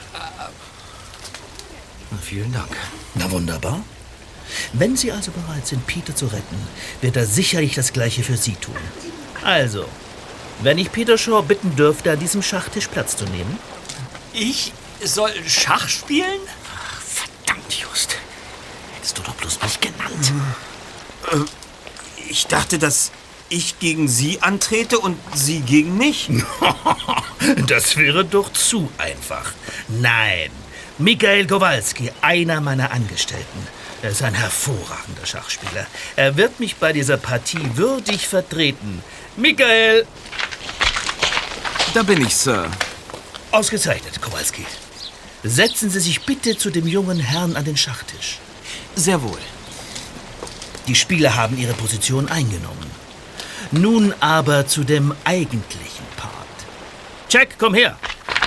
S18: Na, vielen Dank. Na wunderbar. Wenn Sie also bereit sind, Peter zu retten, wird er sicherlich das Gleiche für Sie tun. Also, wenn ich Peter Shaw bitten dürfte, an diesem Schachtisch Platz zu nehmen.
S3: Ich soll Schach spielen?
S18: Ach, verdammt, Just. Hättest du doch bloß mich genannt.
S1: Äh, ich dachte, dass ich gegen Sie antrete und Sie gegen mich.
S18: Das wäre doch zu einfach. Nein, Michael Kowalski, einer meiner Angestellten. Er ist ein hervorragender Schachspieler. Er wird mich bei dieser Partie würdig vertreten. Michael!
S17: Da bin ich, Sir.
S18: Ausgezeichnet, Kowalski. Setzen Sie sich bitte zu dem jungen Herrn an den Schachtisch.
S17: Sehr wohl.
S18: Die Spieler haben ihre Position eingenommen. Nun aber zu dem eigentlichen Part. Jack, komm her!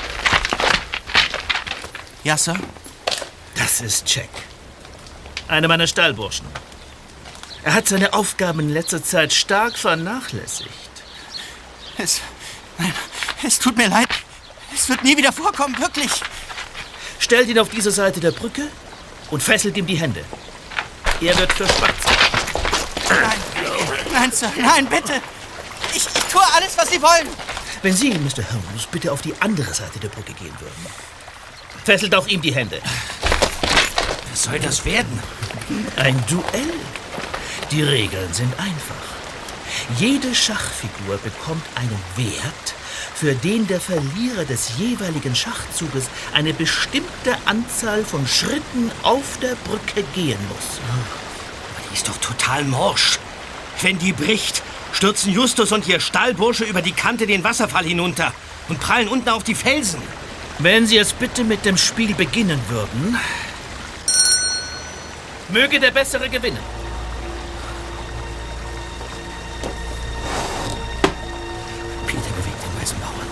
S16: Ja, Sir?
S18: Das ist Jack. Einer meiner Stallburschen. Er hat seine Aufgaben in letzter Zeit stark vernachlässigt.
S16: Es... Nein, es tut mir leid. Es wird nie wieder vorkommen, wirklich.
S18: Stellt ihn auf diese Seite der Brücke und fesselt ihm die Hände. Er wird für schwach sein.
S16: Nein, nein, Sir, nein, bitte. Ich, ich tue alles, was Sie wollen.
S18: Wenn Sie, Mister Holmes, bitte auf die andere Seite der Brücke gehen würden. Fesselt auch ihm die Hände.
S8: Was soll das werden?
S18: Ein Duell. Die Regeln sind einfach. Jede Schachfigur bekommt einen Wert, für den der Verlierer des jeweiligen Schachzuges eine bestimmte Anzahl von Schritten auf der Brücke gehen muss.
S8: Die ist doch total morsch. Wenn die bricht, stürzen Justus und ihr Stallbursche über die Kante den Wasserfall hinunter und prallen unten auf die Felsen.
S18: Wenn Sie jetzt bitte mit dem Spiel beginnen würden, möge der Bessere gewinnen.
S8: Peter bewegt den weißen Bauern.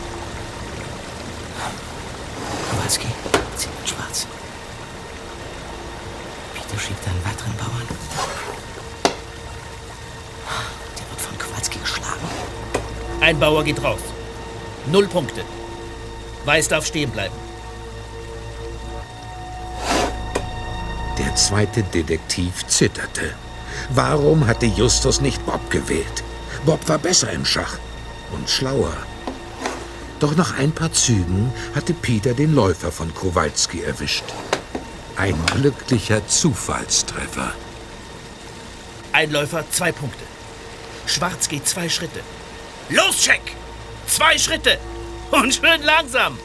S8: Kowalski zieht den schwarzen. Peter schiebt einen weiteren Bauern. Der wird von Kowalski geschlagen.
S18: Ein Bauer geht raus. Null Punkte. Weiß darf stehen bleiben.
S10: Der zweite Detektiv zitterte. Warum hatte Justus nicht Bob gewählt? Bob war besser im Schach und schlauer. Doch nach ein paar Zügen hatte Peter den Läufer von Kowalski erwischt. Ein glücklicher Zufallstreffer.
S18: Ein Läufer, zwei Punkte. Schwarz geht zwei Schritte. Los, Jack! Zwei Schritte! Und schön langsam!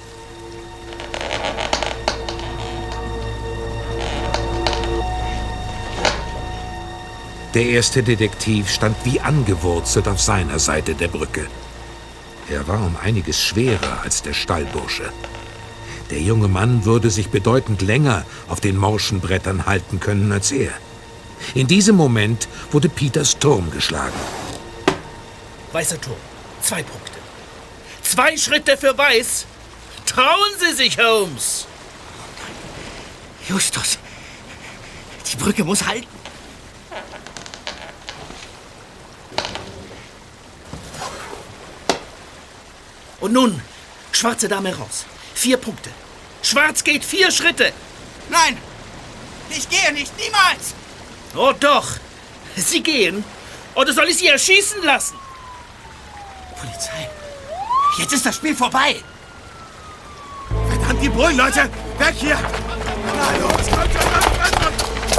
S10: Der erste Detektiv stand wie angewurzelt auf seiner Seite der Brücke. Er war um einiges schwerer als der Stallbursche. Der junge Mann würde sich bedeutend länger auf den morschen Brettern halten können als er. In diesem Moment wurde Peters Turm geschlagen.
S18: Weißer Turm. Zwei Punkte. Zwei Schritte für Weiß. Trauen Sie sich, Holmes.
S16: Justus, die Brücke muss halten.
S18: Und nun, schwarze Dame raus. Vier Punkte. Schwarz geht vier Schritte.
S16: Nein, ich gehe nicht, niemals.
S18: Oh doch, Sie gehen. Oder soll ich Sie erschießen lassen?
S16: Polizei, jetzt ist das Spiel vorbei. Verdammt, die Bullen, Leute, weg hier. Na los, kommt schon, kommt schon.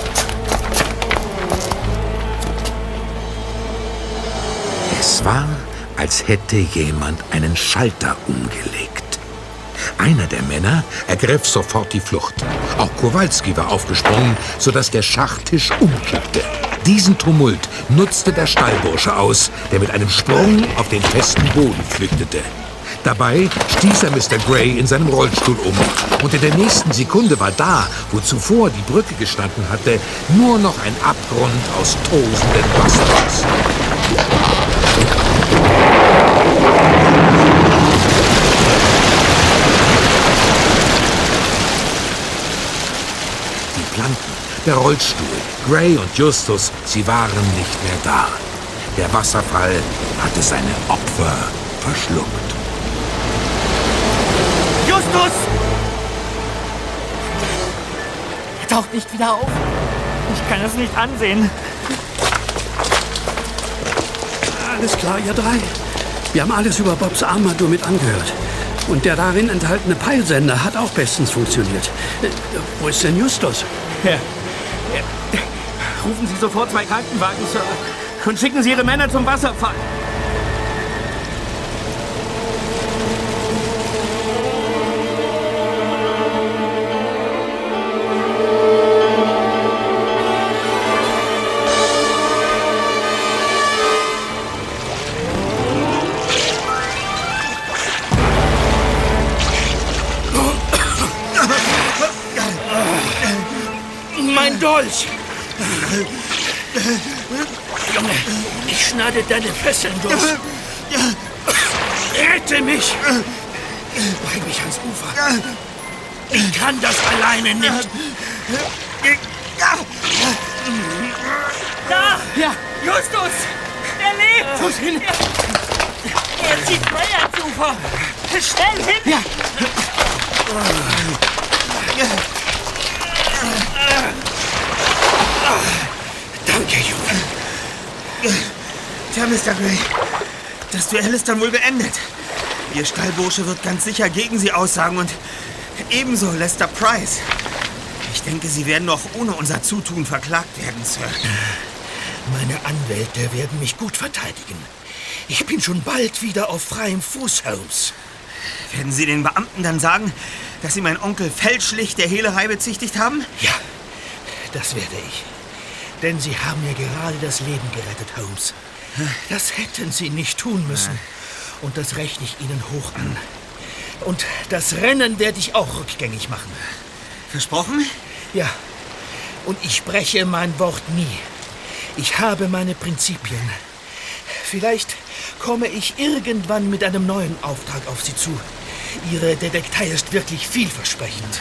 S10: Es war, als hätte jemand einen Schalter umgelegt. Einer der Männer ergriff sofort die Flucht. Auch Kowalski war aufgesprungen, sodass der Schachtisch umkippte. Diesen Tumult nutzte der Stallbursche aus, der mit einem Sprung auf den festen Boden flüchtete. Dabei stieß er Mister Gray in seinem Rollstuhl um. Und in der nächsten Sekunde war da, wo zuvor die Brücke gestanden hatte, nur noch ein Abgrund aus tosenden Wassers. Die Planken, der Rollstuhl, Gray und Justus, sie waren nicht mehr da. Der Wasserfall hatte seine Opfer verschluckt.
S16: Justus! Er taucht nicht wieder auf. Ich kann es nicht ansehen.
S15: Alles klar, ihr drei. Wir haben alles über Bobs Armbanduhr mit angehört. Und der darin enthaltene Peilsender hat auch bestens funktioniert. Äh, wo ist denn Justus?
S16: Ja. Ja. Rufen Sie sofort zwei Krankenwagen, Sir. Und schicken Sie Ihre Männer zum Wasserfall.
S18: Mein Dolch! Junge, ich schneide deine Fesseln durch. Rette mich! Bring mich ans Ufer. Ich kann das alleine nicht.
S16: Da! Ja! Justus! Er lebt! Wohin? Er zieht Gray ans Ufer! Schnell hin! Ja!
S18: Danke, Junge.
S1: Tja, Mister Gray, das Duell ist dann wohl beendet. Ihr Stallbursche wird ganz sicher gegen Sie aussagen und ebenso Lester Price. Ich denke, Sie werden noch ohne unser Zutun verklagt werden, Sir.
S18: Meine Anwälte werden mich gut verteidigen. Ich bin schon bald wieder auf freiem Fuß, Holmes.
S1: Werden Sie den Beamten dann sagen, dass Sie meinen Onkel fälschlich der Hehlerei bezichtigt haben?
S18: Ja, das werde ich. Denn Sie haben mir gerade das Leben gerettet, Holmes. Das hätten Sie nicht tun müssen. Und das rechne ich Ihnen hoch an. Und das Rennen werde ich auch rückgängig machen.
S1: Versprochen?
S18: Ja. Und ich breche mein Wort nie. Ich habe meine Prinzipien. Vielleicht komme ich irgendwann mit einem neuen Auftrag auf Sie zu. Ihre Detektei ist wirklich vielversprechend.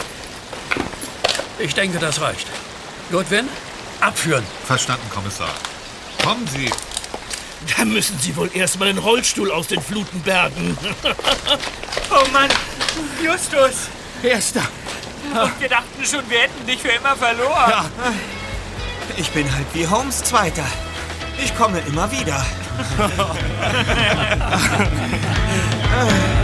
S15: Ich denke, das reicht. Goodwin, abführen.
S19: Verstanden, Kommissar. Kommen Sie.
S18: Da müssen Sie wohl erst mal den Rollstuhl aus den Fluten bergen.
S16: Oh Mann, Justus!
S18: Erster.
S16: Und wir dachten schon, wir hätten dich für immer verloren.
S1: Ja. Ich bin halt wie Holmes Zweiter. Ich komme immer wieder.